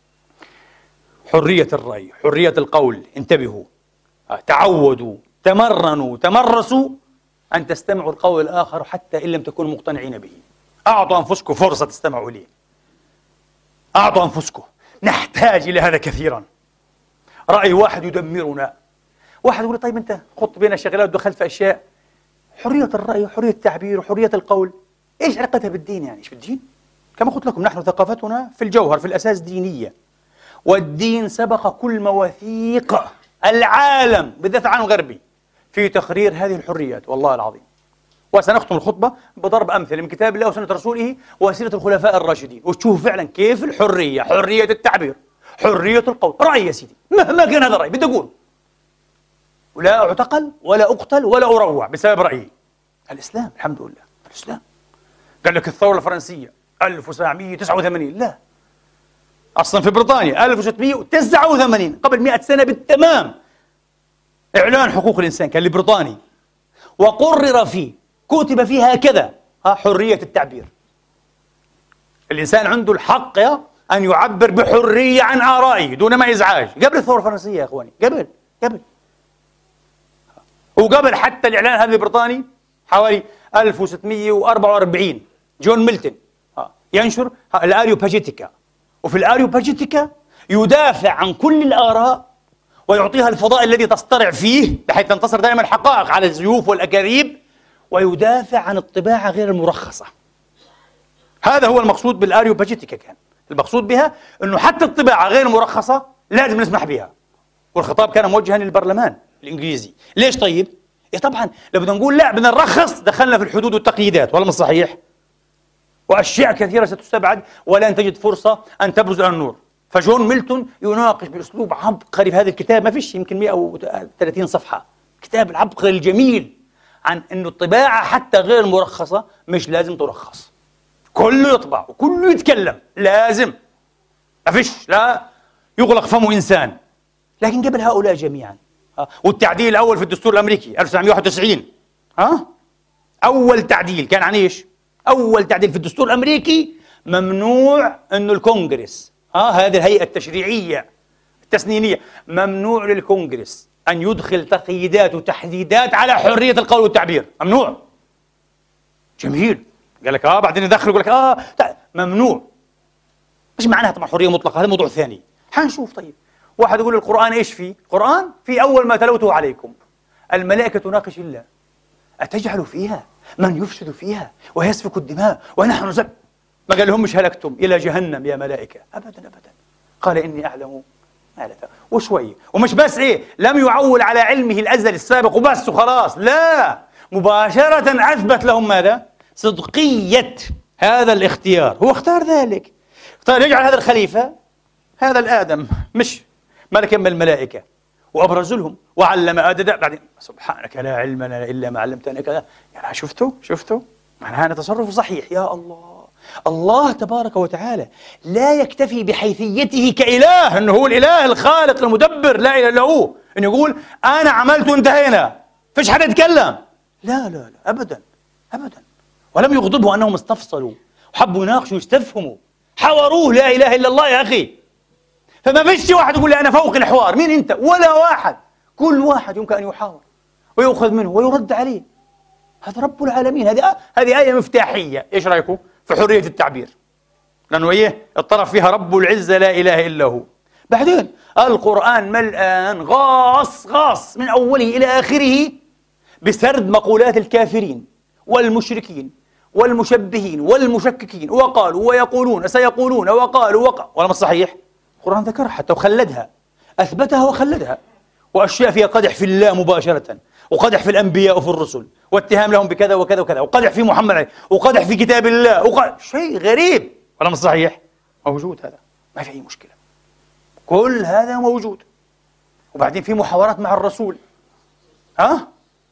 حرية الرأي، حرية القول، انتبهوا، تعودوا، تمرنوا، تمرسوا أن تستمعوا القول الآخر حتى إن لم تكونوا مقتنعين به. أعطوا أنفسكم فرصة تستمعوا لي، أعطوا أنفسكم. نحتاج إلى هذا كثيرا. رأي واحد يدمرنا. واحد يقول طيب أنت خط بين الشغلات ودخلت في أشياء. حرية الرأي وحرية التعبير وحرية القول إيش علاقتها بالدين؟ يعني إيش بالدين؟ كما قلت لكم نحن ثقافتنا في الجوهر في الأساس دينية، والدين سبق كل مواثيق العالم بالذات العالم الغربي في تقرير هذه الحريات والله العظيم. وسنختم الخطبة بضرب أمثلة من كتاب الله وسنة رسوله وسيرة الخلفاء الراشدين، وتشوف فعلا كيف الحرية، حرية التعبير، حرية القول. رأي يا سيدي مهما كان هذا الرأي بدي أقول، ولا أعتقل ولا أقتل ولا أروع بسبب رأيي. الإسلام الحمد لله الإسلام. قال لك الثورة الفرنسية ألف وسبعمئة وتسعة وثمانين، لا، أصلا في بريطانيا ألف وستمئة وتسعة وثمانين، قبل مئة سنة بالتمام، إعلان حقوق الإنسان كان لبريطاني، وقرر فيه، كتب فيه هكذا: حرية التعبير. الإنسان عنده الحق أن يعبر بحرية عن آرائه دون ما إزعاج، قبل الثورة الفرنسية يا إخواني، قبل قبل وقبل حتى الإعلان هذا البريطاني حوالي ألف وستمئة وأربعة وأربعين جون ميلتون ينشر الآريوباجيتيكا، وفي الآريوباجيتيكا يدافع عن كل الآراء ويعطيها الفضاء الذي تصطرع فيه بحيث تنتصر دائما الحقائق على الزيوف والأكاذيب، ويدافع عن الطباعة غير المرخصة. هذا هو المقصود بالآريوباجيتيكا. كان المقصود بها أنه حتى الطباعة غير المرخصة لازم نسمح بها، والخطاب كان موجها للبرلمان الإنجليزي. ليش طيب؟ إيه طبعا لو بدنا نقول لا بدنا نرخص دخلنا في الحدود والتقييدات، ولا مش صحيح؟ وأشياء كثيرة ستستبعد ولن تجد فرصة أن تبرز إلى النور. فجون ميلتون يناقش بأسلوب عبقري في هذا الكتاب، ما فيش يمكن مئة وثلاثين صفحة، كتاب العبقري الجميل عن أنه الطباعة حتى غير مرخصة مش لازم ترخص، كله يطبع وكله يتكلم، لازم ما فيش لا يغلق فمه إنسان. لكن قبل هؤلاء جميعا والتعديل الأول في الدستور الأمريكي ألف وتسعمئة وواحد وتسعين، ها أول تعديل كان عن إيش؟ أول تعديل في الدستور الأمريكي ممنوع أنه الكونغرس، ها هذه الهيئة التشريعية التسنينية، ممنوع للكونغرس أن يدخل تقييدات وتحديدات على حرية القول والتعبير، ممنوع. جميل، قال لك آه بعدين يدخل يقول لك آه ممنوع. إيش معناها طبعا حرية مطلقة؟ هذا موضوع ثاني، حنشوف. طيب واحد يقول القرآن إيش فيه؟ القرآن في أول ما تلوته عليكم الملائكة تناقش الله أتجعل فيها من يفسد فيها ويسفك الدماء ونحن نسبح، ما قال لهم مش هلكتم إلى جهنم يا ملائكة، أبدا أبدا، قال إني أعلم ما لا تعلمون. وشوي ومش بس إيه، لم يعول على علمه الأزلي السابق وبس وخلاص، لا، مباشرة أثبت لهم ماذا؟ صدقية هذا الاختيار. هو اختار ذلك، اختار يجعل هذا الخليفة هذا الآدم مش ملكا من الملائكة، وأبرز لهم وعلم آدم بعدين سبحانك لا علم لنا إلا ما علمتنا كذا. يعني شفتوا شفتوا معنى هذا تصرف صحيح. يا الله، الله تبارك وتعالى لا يكتفي بحيثيته كإله، أنه هو الإله الخالق المدبر لا إله إلا هو، أنه يقول أنا عملت وانتهينا فيش حدا يتكلم. لا لا لا أبدا أبدا. ولم يغضبه أنهم استفصلوا وحبوا يناقشوا ويستفهموا، حاوروه لا إله إلا الله يا أخي. فما فيش واحد يقول لي أنا فوق الحوار، مين أنت؟ ولا واحد، كل واحد يمكن أن يحاور ويأخذ منه ويرد عليه. هذا رب العالمين. هذه هذه آية مفتاحية. إيش رأيكم في حرية التعبير؟ لأنه إيه الطرف فيها رب العزة لا إله إلا هو. بعدين القرآن ملآن غاص غاص من أوله إلى آخره بسرد مقولات الكافرين والمشركين والمشبهين والمشككين، وقالوا ويقولون سيقولون وقالوا وقع، ولا مش صحيح؟ القرآن ذكرها حتى وخلدها، أثبتها وخلدها، وأشياء فيها قدح في الله مباشرة، وقدح في الأنبياء وفي الرسل، واتهام لهم بكذا وكذا وكذا، وقدح في محمد عليه، وقدح في كتاب الله، وقدح شيء غريب، ولا مش صحيح؟ موجود هذا، ما في أي مشكلة، كل هذا موجود. وبعدين في محاورات مع الرسول، ها؟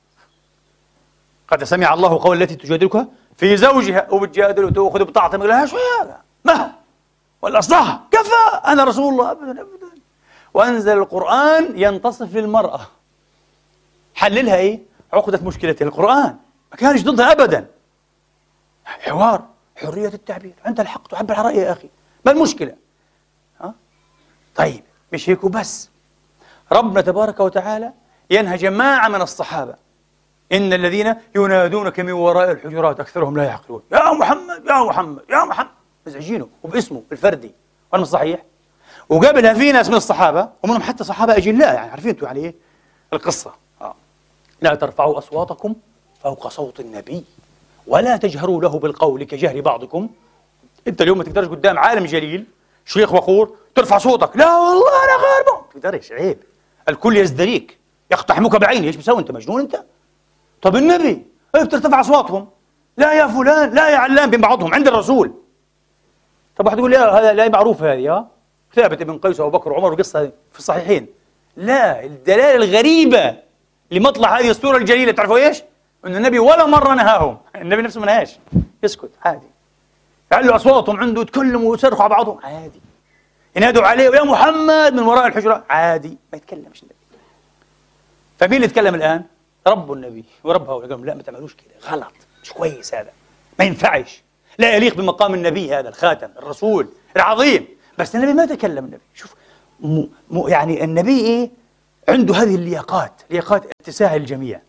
قد سمع الله قول التي تجادلك في زوجها وبتجادل وتأخذ بطاعتها، ما شو هذا؟ ما ولا صح كفى أنا رسول الله، أبدا أبدا. وأنزل القرآن ينتصف للمرأة، حللها إيه؟ عقدة مشكلتها. القرآن ما كانش ضدها أبدا، حوار، حرية التعبير، أنت الحق تعبر عن رأيك يا أخي، ما المشكلة؟ ها؟ طيب مش هيك وبس، ربنا تبارك وتعالى ينهى جماعة من الصحابة: إن الذين ينادونك من وراء الحجرات أكثرهم لا يعقلون، يا محمد يا محمد يا محمد، مزعجينه وباسمه الفردي، ولا مش صحيح؟ وقبلها في ناس من الصحابة ومنهم حتى صحابة أجلاء، يعني عارفين أنتوا يعني إيه القصة، آه. لا ترفعوا أصواتكم فوق صوت النبي ولا تجهروا له بالقول كجهر بعضكم. أنت اليوم ما تقدرش قدام عالم جليل شيخ وقور ترفع صوتك، لا والله أنا غير، ما تقدرش، عيب، الكل يزدريك يقتحمك بعينه. إيش بسوي أنت؟ مجنون أنت؟ طب النبي إيه بترتفع أصواتهم؟ لا يا فلان، لا يا علان، بين بعضهم عند الرسول. طب واحد يقول لا هذا لا معروف، هذه ها ثابت بن قيس وأبو بكر وعمر وقصة في الصحيحين. لا، الدلالة الغريبة لمطلع هذه السورة الجليلة تعرفوا إيش؟ أن النبي ولا مرة نهاهم، النبي نفسه ما نهاش، يسكت عادي، يعلوا أصواتهم عنده يتكلموا ويصرخوا على بعضهم عادي، ينادوا عليه يا محمد من وراء الحجرة عادي، ما يتكلمش النبي. فمين اللي يتكلم الآن؟ رب النبي ورب هؤلاء، قالوا لا ما تعملوش كده، غلط، مش كويس، هذا ما ينفعش، لا يليق بمقام النبي، هذا الخاتم الرسول العظيم. بس النبي ما تكلم. النبي شوف م... م... يعني النبي إيه عنده هذه اللياقات، لياقات اتساع الجميع،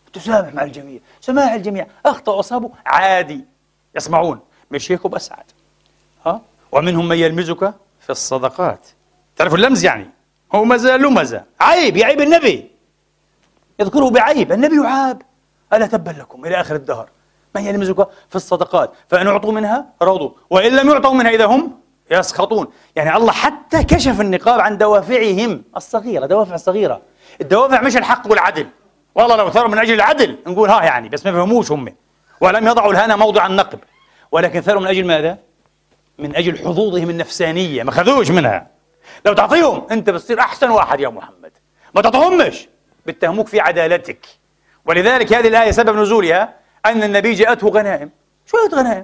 تسامح مع الجميع، سماح الجميع، أخطأ وأصابوا عادي، يسمعون، مش هيك وبس عاد. ها؟ ومنهم من يلمزك في الصدقات. تعرفوا اللمز يعني؟ هو مزى لمزة، عيب، يعيب النبي، يذكره بعيب، النبي يعاب، ألا تبا لكم إلى آخر الدهر. من يلمزك في الصدقات فإن أعطوا منها رضوا وإن لم يعطوا منها إذا هم يسخطون. يعني الله حتى كشف النقاب عن دوافعهم الصغيرة، دوافع صغيرة. الدوافع مش الحق والعدل، والله لو ثاروا من أجل العدل نقول ها يعني، بس ما فهموش هم، ولم يضعوا الهنا موضع النقب، ولكن ثاروا من أجل ماذا؟ من أجل حظوظهم النفسانية، ما خذوش منها. لو تعطيهم أنت بتصير أحسن واحد يا محمد، ما تعطيهمش بيتهموك في عدالتك. ولذلك هذه الآية سبب نزولها أن النبي جاءته غنائم، شوية غنائم،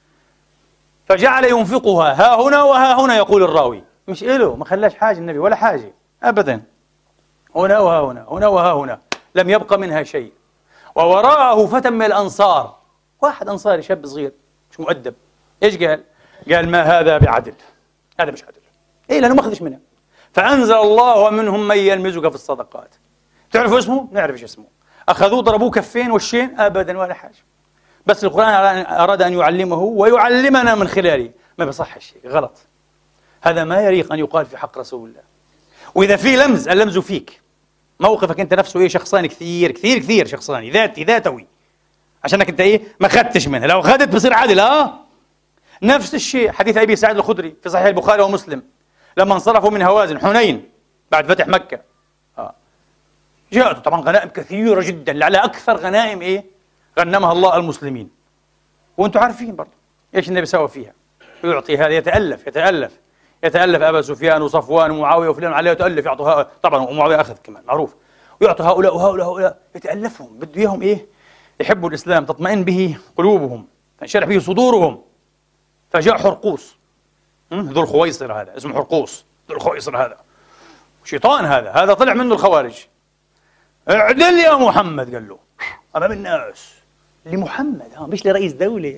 فجعل ينفقها ها هنا وها هنا، يقول الراوي، مش إله، ما خلاش حاجة النبي ولا حاجة أبدا، هنا وها هنا، هنا وها هنا، لم يبق منها شيء. ووراءه فتى من الأنصار، واحد أنصاري شاب صغير مش مؤدب، إيش قال؟ قال ما هذا بعدل، هذا مش عدل، إيه لأنه ما أخذش منها. فأنزل الله ومنهم من يلمزك في الصدقات. تعرفوا اسمه؟ نعرف إيش اسمه. أخذوه ضربوه كفين وشين؟ أبدا ولا حاجة، بس القرآن أراد أن يعلمه ويعلمنا من خلاله. ما بصحش شيء، غلط، هذا ما يليق أن يقال في حق رسول الله. وإذا في لمز، اللمز فيك، موقفك أنت نفسه إيه؟ شخصاني كثير كثير كثير، شخصاني ذاتي ذاتوي، عشانك أنت إيه؟ ما أخذتش منها، لو أخذت بصير عادل. آه نفس الشيء حديث أبي سعيد الخدري في صحيح البخاري ومسلم، لما انصرفوا من هوازن حنين بعد فتح مكة، آه جاءته طبعا غنائم كثيرة جدا، لعلها أكثر غنائم إيه؟ غنمها الله المسلمين. وأنتم عارفين برضه إيش النبي سوى فيها، يعطي هذا، يتألف يتألف يتألف أبا سفيان وصفوان ومعاوية وفلان عليه، يتألف يعطوا هؤلاء، طبعا ومعاوية أخذ كمان معروف، ويعطوا هؤلاء وهؤلاء وهؤلاء، يتألفهم، بده إياهم إيه؟ يحبوا الإسلام، تطمئن به قلوبهم، تنشرح به صدورهم. فجاء حرقوس، ذو الخويصر، هذا اسمه حرقوس ذو الخويصر، هذا شيطان، هذا هذا طلع منه الخوارج. اعدل يا محمد، قال له أمام الناس، لمحمد ها مش لرئيس دولة.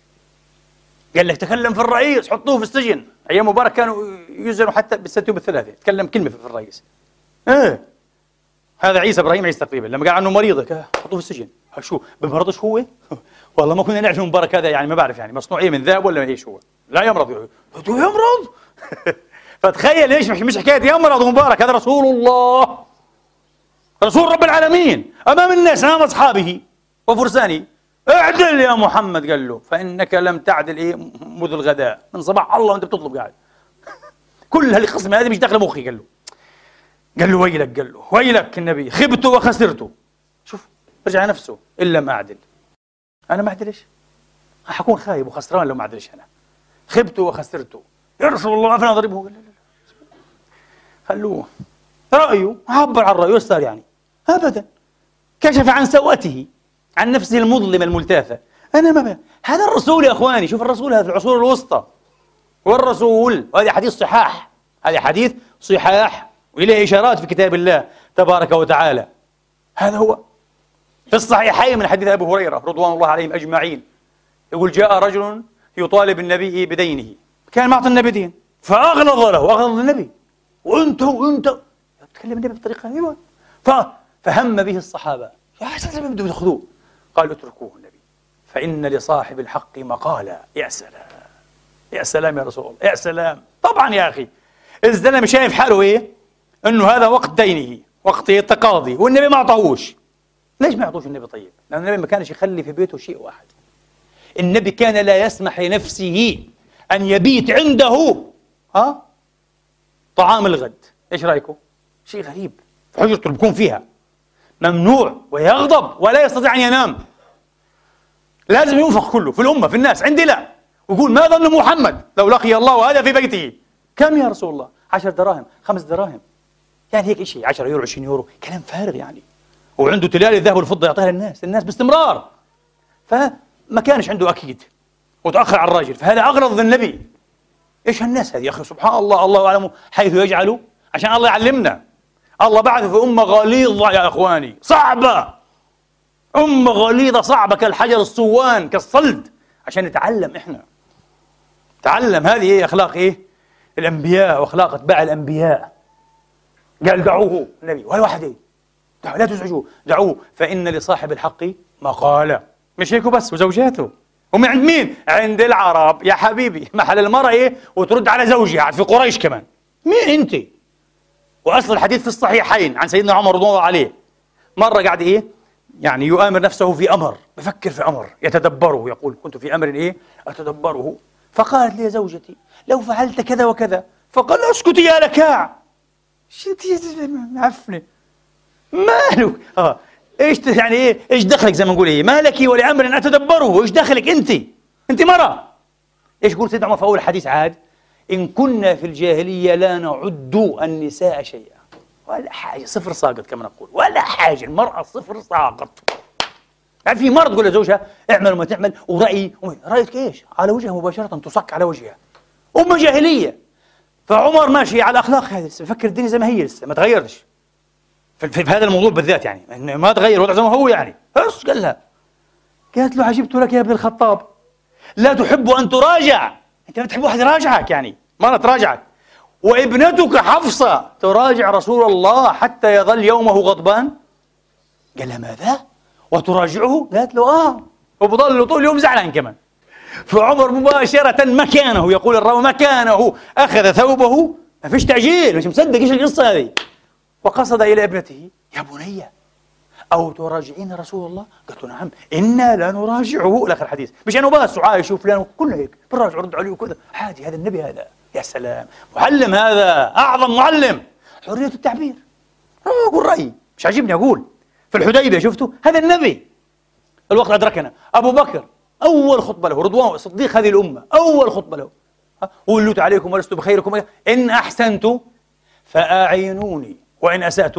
قال لك تكلم في الرئيس حطوه في السجن. أيام مبارك كانوا يزنوا حتى بالستة وبالثلاثة، تكلم كلمة في الرئيس. ايه هذا عيسى إبراهيم عيسى تقريبا، لما قال عنه مريض حطوه في السجن. شو بمرضش هو؟ والله ما كنا نعرف مبارك هذا، يعني ما بعرف يعني مصنوع ايه، من ذهب ولا ايش هو؟ لا يمرض. يمرض؟ فتخيل ايش، مش حكايه يمرض مبارك، هذا رسول الله، رسول رب العالمين، امام الناس، امام اصحابه وفرسانه. اعدل يا محمد، قال له فانك لم تعدل ايه منذ الغداء، من صباح الله وانت بتطلب قاعد. كل هالقسمه هذه مش داخله مخي. قال له قال له ويلك، قال له ويلك النبي، خبت وخسرت. شوف رجع نفسه، إن لم أعدل. أنا ما أعدلش، حكون خايب وخسران لو ما أعدلش. أنا خبت وخسرت يا رسول الله، أفنى أضربه؟ قال لا لا لا، خلوه رأيه، عبر عن رأيه، صار يعني أبدا، كشف عن سوءته، عن نفسه المظلمة الملتاثة. أنا ما بقى. هذا الرسول يا أخواني، شوف الرسول هذا في العصور الوسطى، والرسول، وهذه حديث صحاح، هذه حديث صحاح وإليه إشارات في كتاب الله تبارك وتعالى. هذا هو في الصحيحين من حديث أبي هريرة رضوان الله عليهم أجمعين، يقول جاء رجل يطالب النبي بدينه، كان معطي النبي دين فأغلظ له، أغلظ النبي، وأنت وأنت تكلم النبي بطريقة أيوة، فهم به الصحابة، يا حسن بدهم يأخذوه، قالوا اتركوه النبي فإن لصاحب الحق مقالا. يا سلام يا سلام يا رسول الله، يا سلام. طبعا يا أخي الزلمة شايف حاله إيه؟ إنه هذا وقت دينه، وقت التقاضي، والنبي ما أعطاهوش. ليش ما يعطوش النبي طيب؟ لأن النبي ما كانش يخلي في بيته شيء واحد. النبي كان لا يسمح لنفسه أن يبيت عنده ها طعام الغد. إيش رأيكم؟ شيء غريب، في حجرته بكون فيها ممنوع، ويغضب ولا يستطيع أن ينام، لازم ينفق كله في الأمة في الناس، عندي لا. ويقول ما ظن محمد لو لقي الله وهذا في بيته؟ كم يا رسول الله؟ عشر دراهم، خمس دراهم، يعني هيك شيء، عشرة يورو، عشرين يورو، كلام فارغ يعني. وعنده تلال الذهب والفضة يعطيها للناس، الناس باستمرار، فما كانش عنده أكيد، وتأخر على الراجل، فهذا أغرض النبي. إيش هالناس هذه يا أخي؟ سبحان الله، الله أعلم حيث يجعله، عشان الله يعلمنا. الله بعث في أمة غليظة يا إخواني، صعبة، أمة غليظة صعبة كالحجر الصوان كالصلد، عشان نتعلم إحنا، تعلم هذه إيه أخلاق إيه الأنبياء وأخلاق أتباع الأنبياء. قال دعوه النبي وهي واحد إيه لا تزعجوه، دعوه فإن لصاحب الحق مقالة. مش هيك بس، وزوجاته هم عند مين؟ عند العرب يا حبيبي. محل المرأة إيه؟ وترد على زوجها في قريش كمان. مين أنت؟ وأصل الحديث في الصحيحين عن سيدنا عمر رضي الله عليه، مرة قاعد إيه؟ يعني يؤامر نفسه في أمر، بفكر في أمر يتدبره، يقول كنت في أمر إيه؟ أتدبره، فقالت لي زوجتي لو فعلت كذا وكذا، فقال اسكتي يا لكاع. شو أنت معفنة؟ مالك؟ آه ايش يعني ايه؟ ايش دخلك زي ما نقول ايه؟ مالك ولامر اتدبره، ايش دخلك انت؟ انت مرة. ايش يقول سيدنا عمر في اول الحديث عاد؟ ان كنا في الجاهلية لا نعد النساء شيئا، ولا حاجة، صفر ساقط كما نقول، ولا حاجة، المرأة صفر ساقط. يعني في مرة تقول لزوجها اعمل وما تعمل ورأيي، رأيك ايش؟ على وجهها مباشرة، تصك على وجهها. أمة جاهلية. فعمر ماشي على الأخلاق هذه، لسه بفكر الدنيا زي ما هي، لسه ما تغيرتش في, في, في هذا الموضوع بالذات، يعني إنه ما تغير وضع زي ما هو يعني. بس قال لها، قالت له عجبت لك يا ابن الخطاب، لا تحب أن تراجع، أنت ما تحب واحد يراجعك، يعني ما تراجعك، وابنتك حفصة تراجع رسول الله حتى يظل يومه غضبان. قال لها ماذا؟ وتراجعه؟ قالت له آه، وبضل طول اليوم زعلان كمان. فعمر مباشرة مكانه، يقول الراوي مكانه أخذ ثوبه، ما فيش تعجيل، مش مصدق إيش القصة هذه، وقصد إلى ابنته، يا بني أو تراجعين رسول الله؟ قالت له نعم إنا لا نراجعه إلى آخر الحديث. مش أنه بس وعايش وفلان كله هيك بنراجع رد عليه وكذا عادي، هذا النبي هذا، يا سلام، معلم، هذا أعظم معلم، حرية التعبير. أقول رأيي مش عاجبني أقول. في الحديبية شفتوا هذا النبي، الوقت أدركنا. أبو بكر أول خطبة له، رضوان صديق هذه الأمة، أول خطبة له، ولت عليكم ولست بخيركم إن أحسنت فأعينوني وإن أسأت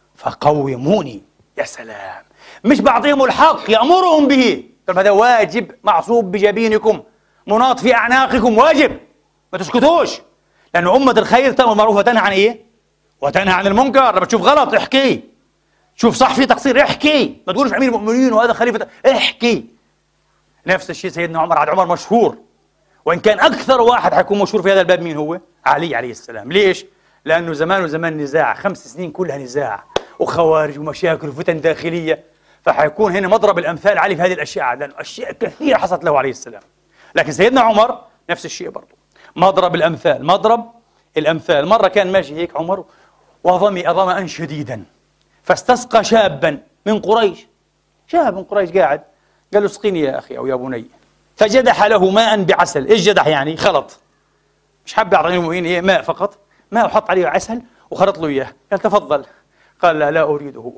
فقوموني. يا سلام، مش بعطيهم الحق يأمرهم به، طب هذا واجب معصوب بجبينكم مناط في أعناقكم، واجب ما تسكتوش، لأنه أمة الخير تأمر بالمعروف وتنهى عن إيه؟ وتنهى عن المنكر. لما تشوف غلط احكي، شوف صح في تقصير احكي، ما تقولش أمير المؤمنين وهذا خليفة، احكي. نفس الشيء سيدنا عمر، عاد عمر مشهور، وإن كان أكثر واحد حيكون مشهور في هذا الباب مين هو؟ علي عليه السلام. ليش؟ لأنه زمان وزمان نزاع، خمس سنين كلها نزاع وخوارج ومشاكل وفتن داخلية، فحيكون هنا مضرب الأمثال علي في هذه الأشياء، لأنه أشياء كثيرة حصلت له عليه السلام. لكن سيدنا عمر نفس الشيء برضه، مضرب الأمثال، مضرب الأمثال. مرة كان ماشي هيك عمر وظمئ ظمأ شديدا، فاستسقى شابا من قريش، شاب من قريش قاعد، قال له اسقيني يا أخي أو يا بني، فجدح له ماء بعسل. إيش جدح يعني؟ خلط، مش حب يعطيني المؤمنين إيه، ماء فقط، ماء وحط عليه عسل وخلط له إياه. قال تفضل. قال لا لا أريده،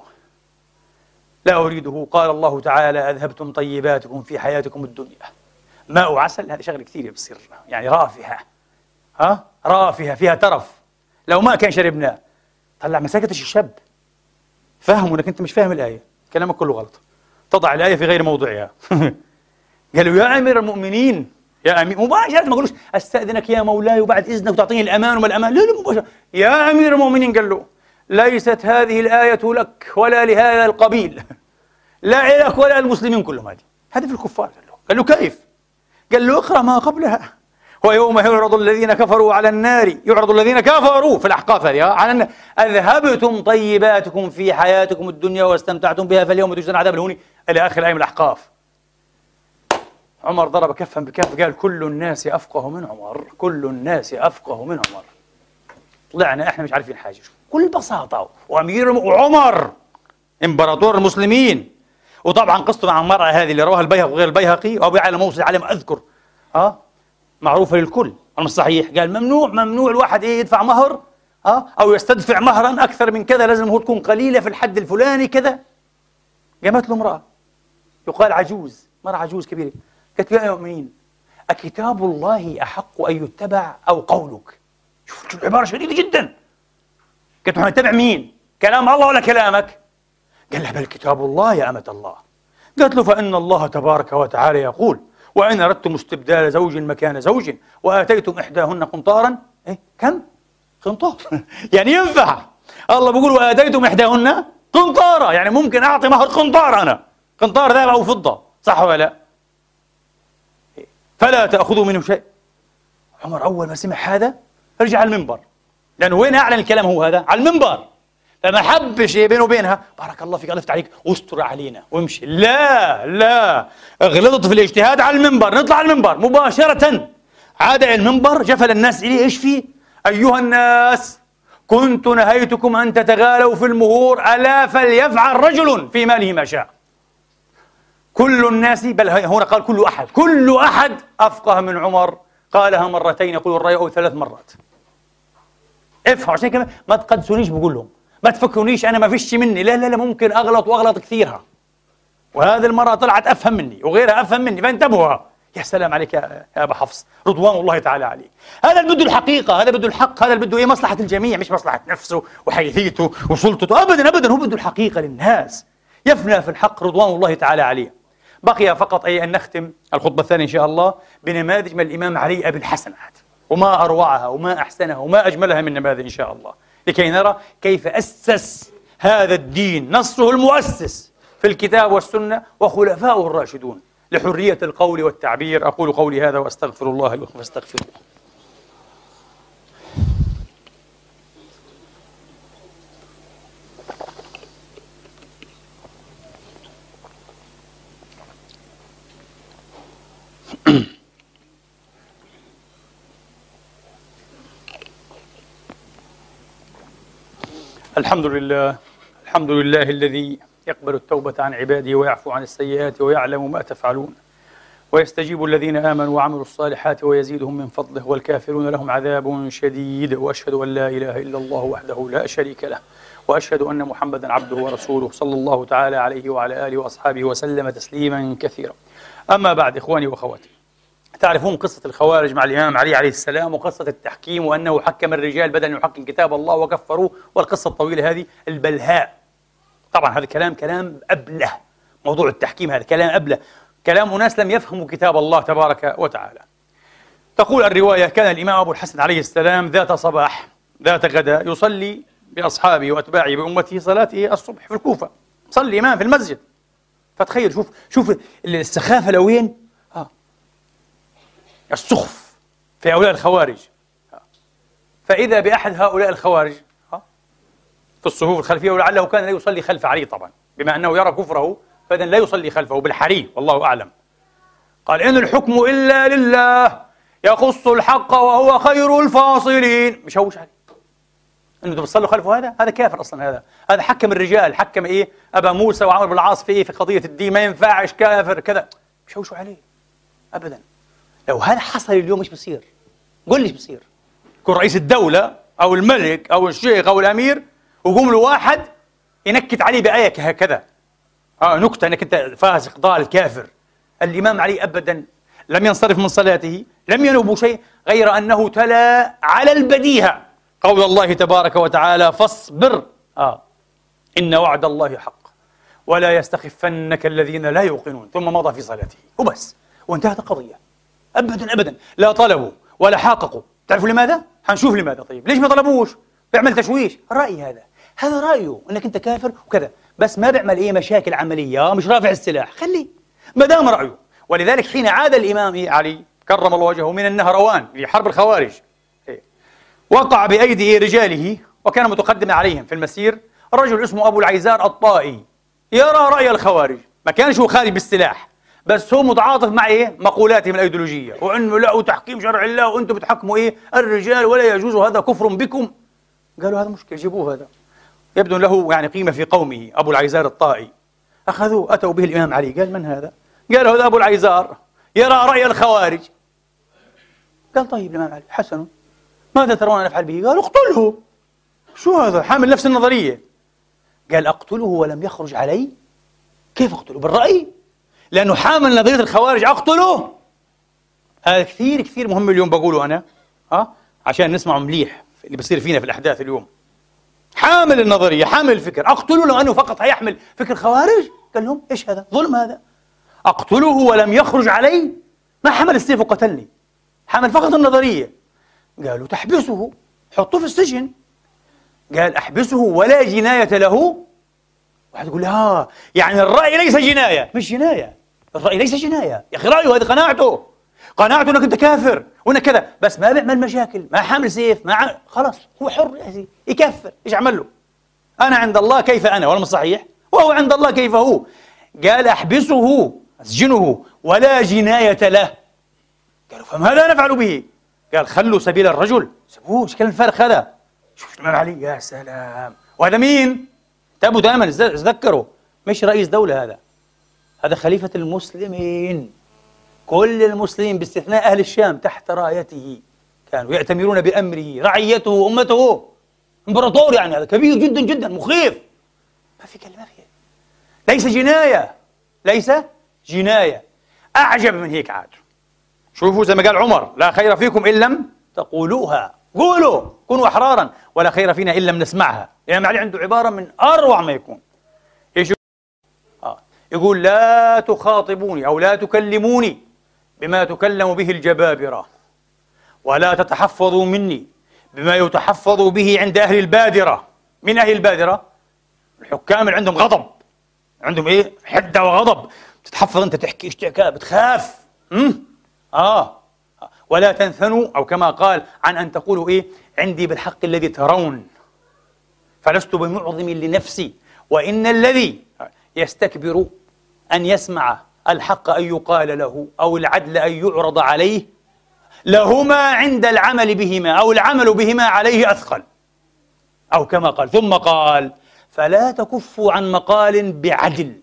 لا أريده. قال الله تعالى أذهبتم طيباتكم في حياتكم الدنيا. ماء وعسل هذه شغلة كثير بتصير يعني رافهة، ها رافهة فيها ترف، لو ما كان شربناه. طلع ما سكتش الشاب، فهموا انك انت مش فاهم الآية، كلامك كله غلط، تضع الآية في غير موضعها. قالوا يا أمير المؤمنين، يا أمير، مباشرة ما قالوش أستأذنك يا مولاي وبعد إذنك تعطيني الأمان وما الأمان، لا لا مباشرة، يا أمير المؤمنين. قال له ليست هذه الآية لك ولا لهذا القبيل، لا لك ولا المسلمين كلهم، هذه هذه في الكفار. قال له قال له كيف؟ قال له اقرأ ما قبلها، ويوم يعرض الذين كفروا على النار، يعرض الذين كفروا في الأحقاف هذه على النار، أذهبتم طيباتكم في حياتكم الدنيا واستمتعتم بها فاليوم تجزون عذاب الهون، إلى آخر الآية من الأحقاف. عمر ضرب كفا بكف، قال كل الناس أفقه من عمر، كل الناس أفقه من عمر. طلعنا إحنا مش عارفين حاجة بكل بساطة، وأمير وعمر إمبراطور المسلمين. وطبعا قصته مع المرأة هذه اللي رواها البيهقي وغير البيهقي وأبو يعلى موصل على ما أذكر، ها معروفة للكل، أنا مش صحيح، قال ممنوع ممنوع الواحد إيه يدفع مهر، ها أو يستدفع مهرا أكثر من كذا، لازم هو تكون قليلة في الحد الفلاني كذا. قامت له امرأة يقال عجوز، مرة عجوز كبيرة، قالت يا مؤمنين أكتاب الله أحق أن يتبع أو قولك؟ شوف العبارة شديدة جدا. قالت له نتبع مين؟ كلام الله ولا كلامك؟ قال لها بل كتاب الله يا أمة الله. قالت له فإن الله تبارك وتعالى يقول وإن أردتم استبدال زوج مكان زوج وآتيتم إحداهن قنطارا، إيه كم؟ قنطار. يعني ينفع، الله بيقول وآتيتم إحداهن قنطارا، يعني ممكن أعطي مهر قنطار، أنا قنطار ذهب أو فضة، صح ولا لا؟ فلا تأخذوا منه شيء. عمر أول ما سمع هذا رجع على المنبر، لأنه وين أعلن الكلام هو هذا؟ على المنبر. ما حبش بينه وبينها بارك الله فيك الله يفتح عليك واستر علينا وامشي. لا لا، غلطت في الاجتهاد على المنبر، نطلع على المنبر مباشرة. عاد المنبر جفل الناس إليه، إيش فيه؟ أيها الناس، كنت نهيتكم أن تتغالوا في المهور، ألا فليفعل رجل في ماله ما شاء. كل الناس، بل هنا قال كل أحد، كل أحد أفقه من عمر قالها مرتين يقول الرأي أو ثلاث مرات. افهموا، عشان كمان ما تقدسونيش بقول لهم، ما تفكرونيش أنا ما فيش مني، لا لا لا، ممكن أغلط وأغلط كثيرها، وهذه المرة طلعت أفهم مني وغيرها أفهم مني، فانتبهوا. يا سلام عليك يا أبا حفص رضوان الله تعالى عليه. هذا اللي بده الحقيقة، هذا بده الحق، هذا اللي بده إيه؟ مصلحة الجميع، مش مصلحة نفسه وحيثيته وسلطته، أبدا أبدا، هو بده الحقيقة للناس، يفنى في الحق رضوان الله تعالى عليه. بقي فقط أي أن نختم الخطبة الثانية إن شاء الله بنماذج من الإمام علي أبي الحسنات، وما أروعها وما أحسنها وما أجملها من نماذج إن شاء الله، لكي نرى كيف أسس هذا الدين نصه المؤسس في الكتاب والسنة وخلفاؤه الراشدون لحرية القول والتعبير. أقول قولي هذا وأستغفر الله لكم فاستغفروه. الحمد لله، الحمد لله الذي يقبل التوبة عن عباده ويعفو عن السيئات ويعلم ما تفعلون، ويستجيب الذين آمنوا وعملوا الصالحات ويزيدهم من فضله، والكافرون لهم عذاب شديد. وأشهد أن لا إله إلا الله وحده لا شريك له، وأشهد أن محمدا عبده ورسوله صلى الله تعالى عليه وعلى آله وأصحابه وسلم تسليما كثيرا. أما بعد، إخواني وأخواتي، تعرفون قصة الخوارج مع الإمام علي عليه السلام، وقصة التحكيم وأنه حكم الرجال بدل أن يحكم كتاب الله وكفروه، والقصة الطويلة هذه البلهاء. طبعا هذا كلام كلام أبله، موضوع التحكيم هذا كلام أبله، كلام أناس لم يفهموا كتاب الله تبارك وتعالى. تقول الرواية: كان الإمام أبو الحسن عليه السلام ذات صباح ذات غداء يصلي بأصحابه وأتباعه بأمته صلاة الصبح في الكوفة، صلي إمام في المسجد. فتخيل، شوف شوف السخافة لوين، آه. السخف في هؤلاء الخوارج. آه. فإذا بأحد هؤلاء الخوارج آه. في الصفوف الخلفية، ولعله كان لا يصلي خلف علي طبعا، بما أنه يرى كفره فإذا لا يصلي خلفه بالحري والله أعلم. قال: إن الحكم إلا لله يقص الحق وهو خير الفاصلين. مشوش عليه انه بتصلوا خلفه، هذا هذا كافر اصلا، هذا هذا حكم الرجال، حكم ايه ابا موسى وعمر بن العاص في ايه في قضيه الدين، ما ينفعش، كافر كذا، مشوشوا عليه ابدا. لو هذا حصل اليوم ايش بصير؟ قول لي ايش بصير؟ يكون رئيس الدوله او الملك او الشيخ او الامير ويقوم له واحد ينكت عليه بايه هكذا، اه نكته انك انت فاسق ضال كافر. الامام علي ابدا لم ينصرف من صلاته، لم ينوب شيء غير انه تلا على البديهه قول الله تبارك وتعالى: فاصبر آه إن وعد الله حق ولا يستخفنك الذين لا يوقنون، ثم مضى في صلاته وبس، وانتهت القضية. أبدا أبدا لا طلبوا ولا حاققوا. تعرفوا لماذا؟ حنشوف لماذا. طيب ليش ما طلبوش؟ بيعمل تشويش. الرأي هذا هذا رأيه أنك أنت كافر وكذا، بس ما بيعمل إيه مشاكل عملية، مش رافع السلاح، خليه ما دام رأيه. ولذلك حين عاد الإمام علي كرم الله وجهه من النهروان في حرب الخوارج، وقع بأيدي رجاله وكان متقدما عليهم في المسير رجل اسمه أبو العيزار الطائي، يرى رأي الخوارج، ما كانش هو خارج بالسلاح، بس هو متعاطف مع إيه؟ مقولاتهم الأيديولوجية، وأنه لا وتحكيم شرع الله وأنتم بتحكموا إيه؟ الرجال ولا يجوز، هذا كفر بكم. قالوا هذا مشكل، جيبوه، هذا يبدو له يعني قيمة في قومه، أبو العيزار الطائي. أخذوه أتوا به الإمام علي، قال: من هذا؟ قالوا: هذا أبو العيزار يرى رأي الخوارج. قال: طيب الإمام علي، حسن، ماذا ترون أن أفعل به؟ قال: اقتله. شو هذا؟ حامل نفس النظرية. قال: أقتله ولم يخرج علي؟ كيف أقتله؟ بالرأي؟ لأنه حامل نظرية الخوارج، أقتله؟ هذا كثير كثير مهم اليوم بقوله أنا، ها؟ عشان نسمعه مليح اللي بصير فينا في الأحداث اليوم. حامل النظرية، حامل الفكر، أقتله لو أنه فقط هيحمل فكر خوارج؟ قال لهم: إيش هذا؟ ظلم هذا. أقتله ولم يخرج علي؟ ما حمل السيف وقتلني، حمل فقط النظرية. قالوا: تحبسه، حطوه في السجن. قال: أحبسه ولا جناية له؟ واحد يقول: ها يعني الرأي ليس جناية. مش جناية، الرأي ليس جناية يا أخي، رأيه هذه قناعته، قناعته أنك أنت كافر وأنك كذا، بس ما بيعمل مشاكل، ما حامل سيف، ما عم... خلاص هو حر يا سيدي، يكفر، إيش عمل له؟ أنا عند الله كيف أنا، ولا مش صحيح؟ وهو عند الله كيف هو. قال أحبسه أسجنه ولا جناية له. قالوا فماذا نفعل به؟ قال خلوا سبيل الرجل، سبوه، ايش كان الفرق هذا؟ شوف الإمام علي، يا سلام. وهذا مين؟ انتبهوا دائما، تذكروا، مش رئيس دولة هذا، هذا خليفة المسلمين. كل المسلمين باستثناء أهل الشام تحت رايته، كانوا يأتمرون بأمره، رعيته أمته، إمبراطور يعني، هذا كبير جدا جدا، مخيف. ما في كلمة، ما في، ليس جناية، ليس جناية. أعجب من هيك عاد. شوفوا زي ما قال عمر: لا خير فيكم إن لم تقولوها، قولوا، كونوا أحرارا، ولا خير فينا إن لم نسمعها. الإمام علي عنده عبارة من أروع ما يكون. إيش آه. يقول: لا تخاطبوني أو لا تكلموني بما تكلم به الجبابرة، ولا تتحفظوا مني بما يتحفظ به عند أهل البادرة. من أهل البادرة؟ الحكام اللي عندهم غضب، عندهم إيه؟ حدة وغضب. تتحفظ أنت، تحكي إيش تحكي، بتخاف. أمم آه ولا تنثنوا، أو كما قال عن أن تقولوا إيه؟ عندي بالحق الذي ترون، فلست بمعظم لنفسي، وإن الذي يستكبر أن يسمع الحق أن يقال له، أو العدل أن يعرض عليه، لهما عند العمل بهما أو العمل بهما عليه أثقل، أو كما قال. ثم قال: فلا تكفوا عن مقال بعدل،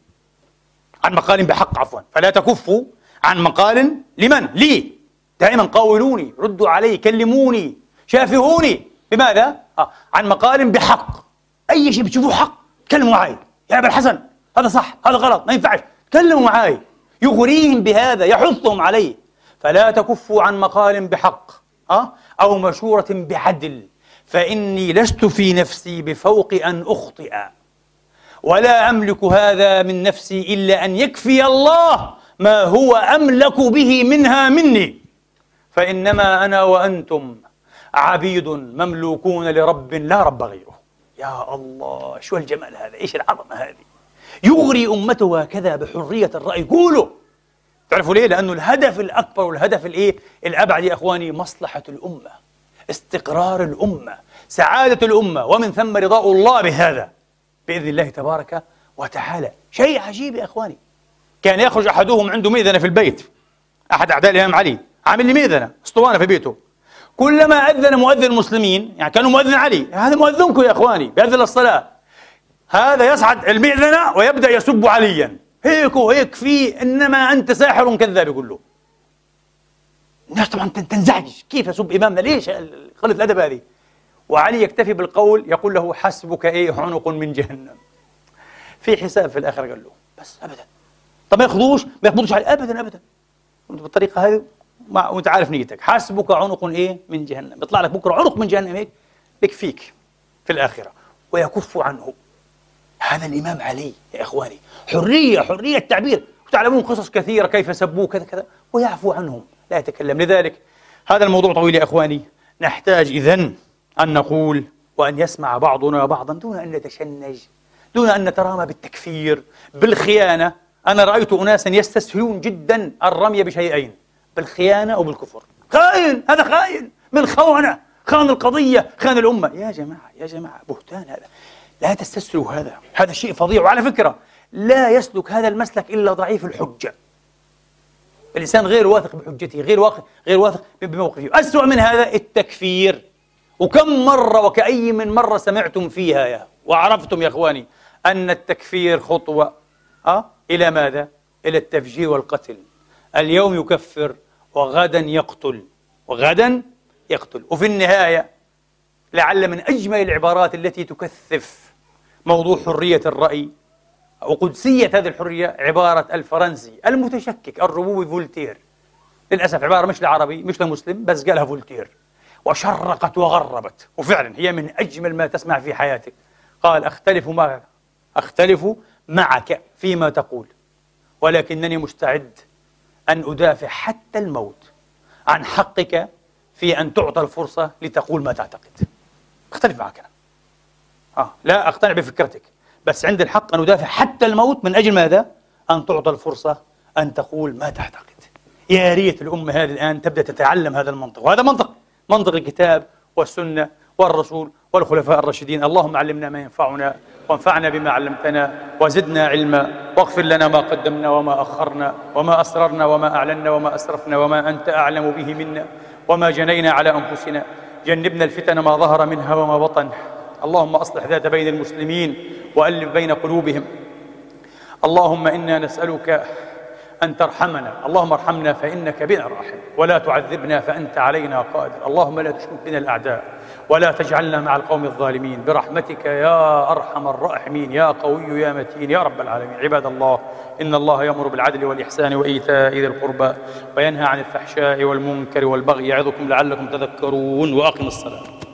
عن مقال بحق، عفوا، فلا تكفوا عن مقال لمن؟ لي. دائما قاولوني، ردوا علي، كلموني، شافهوني. بماذا؟ آه. عن مقال بحق. أي شيء بتشوفوه حق تكلموا معي، يا أبا الحسن هذا صح، هذا غلط، ما ينفعش، تكلموا معي. يغريهم بهذا، يحثهم عليه. فلا تكفوا عن مقال بحق أه؟ أو مشورة بعدل، فإني لست في نفسي بفوق أن أخطئ، ولا أملك هذا من نفسي إلا أن يكفي الله ما هو أملك به منها مني، فإنما أنا وأنتم عبيد مملوكون لرب لا رب غيره. يا الله، شو الجمال هذا، إيش العظمة هذه. يغري أمته هكذا بحرية الرأي. قولوا. تعرفوا ليه؟ لأنه الهدف الأكبر والهدف الإيه؟ الأبعد يا أخواني مصلحة الأمة، استقرار الأمة، سعادة الأمة، ومن ثم رضاء الله بهذا بإذن الله تبارك وتعالى. شيء عجيب يا أخواني. كان يخرج أحدهم عنده مئذنة في البيت، أحد أعداء الإمام علي عامل لي مئذنة، اسطوانة في بيته. كلما أذن مؤذن المسلمين، يعني كانوا مؤذن علي، هذا مؤذنكم يا أخواني بيأذن الصلاة، هذا يصعد المئذنة ويبدأ يسب عليا، هيك وهيك فيه، إنما أنت ساحر كذاب، يقول له. الناس طبعا تنزعج، كيف يسب إمامنا، ليش قلة الأدب هذه؟ وعلي يكتفي بالقول، يقول له: حسبك إيه عنق من جهنم. في حساب في الآخرة، قال له بس أبدا. طب ما ياخذوش ما يقبضوش عليه أبدا أبدا، بالطريقة هذه، وأنت عارف نيتك، حسبك عنق إيه من جهنم، بيطلع لك بكرة عنق من جهنم هيك بكفيك في الآخرة، ويكف عنه. هذا الإمام علي يا إخواني، حرية، حرية تعبير. وتعلمون قصص كثيرة كيف سبوه كذا كذا، ويعفو عنهم، لا يتكلم. لذلك هذا الموضوع طويل يا إخواني، نحتاج إذن أن نقول وأن يسمع بعضنا بعضا دون أن نتشنج، دون أن نترامى بالتكفير، بالخيانة. أنا رأيت أناسا يستسهلون جدا الرمي بشيئين، بالخيانة أو بالكفر. خائن، هذا خائن، بالخونة، خان القضية، خان الأمة. يا جماعة يا جماعة، بهتان هذا، لا تستسلوا هذا، هذا شيء فظيع. وعلى فكرة لا يسلك هذا المسلك إلا ضعيف الحجة، الإنسان غير واثق بحجته، غير واثق غير واثق بموقفه. أسوأ من هذا التكفير. وكم مرة وكأي من مرة سمعتم فيها يا وعرفتم يا إخواني أن التكفير خطوة أه؟ إلى ماذا؟ إلى التفجير والقتل. اليوم يكفر وغدا يقتل، وغدا يقتل. وفي النهاية لعل من أجمل العبارات التي تكثف موضوع حرية الرأي وقدسية هذه الحرية عبارة الفرنسي المتشكك الربوبي فولتير. للأسف عبارة مش لعربي مش لمسلم، بس قالها فولتير وشرقت وغربت، وفعلا هي من أجمل ما تسمع في حياتك. قال: أختلف معك أختلف معك فيما تقول، ولكنني مستعد أن أدافع حتى الموت عن حقك في أن تعطى الفرصة لتقول ما تعتقد. أختلف معك أنا. آه لا أقتنع بفكرتك، بس عند الحق أن أدافع حتى الموت من أجل ماذا؟ أن تعطى الفرصة أن تقول ما تعتقد. يا ريت الأمة هذه الآن تبدأ تتعلم هذا المنطق، وهذا منطق منطق الكتاب والسنة والرسول والخلفاء الراشدين. اللهم علمنا ما ينفعنا وانفعنا بما علمتنا وزدنا علما، واغفر لنا ما قدمنا وما أخرنا وما أسررنا وما أعلنا وما أسرفنا وما أنت أعلم به منا وما جنينا على أنفسنا. جنبنا الفتن ما ظهر منها وما بطن. اللهم أصلح ذات بين المسلمين وألف بين قلوبهم. اللهم إنا نسألك أن ترحمنا، اللهم ارحمنا فإنك بنا راحم، ولا تعذبنا فأنت علينا قادر. اللهم لا تشمت بنا الأعداء ولا تجعلنا مع القوم الظالمين برحمتك يا أرحم الراحمين يا قوي يا متين يا رب العالمين. عباد الله، إن الله يأمر بالعدل والإحسان وإيتاء ذي القربى وينهى عن الفحشاء والمنكر والبغي يعظكم لعلكم تذكرون. وأقم الصلاة.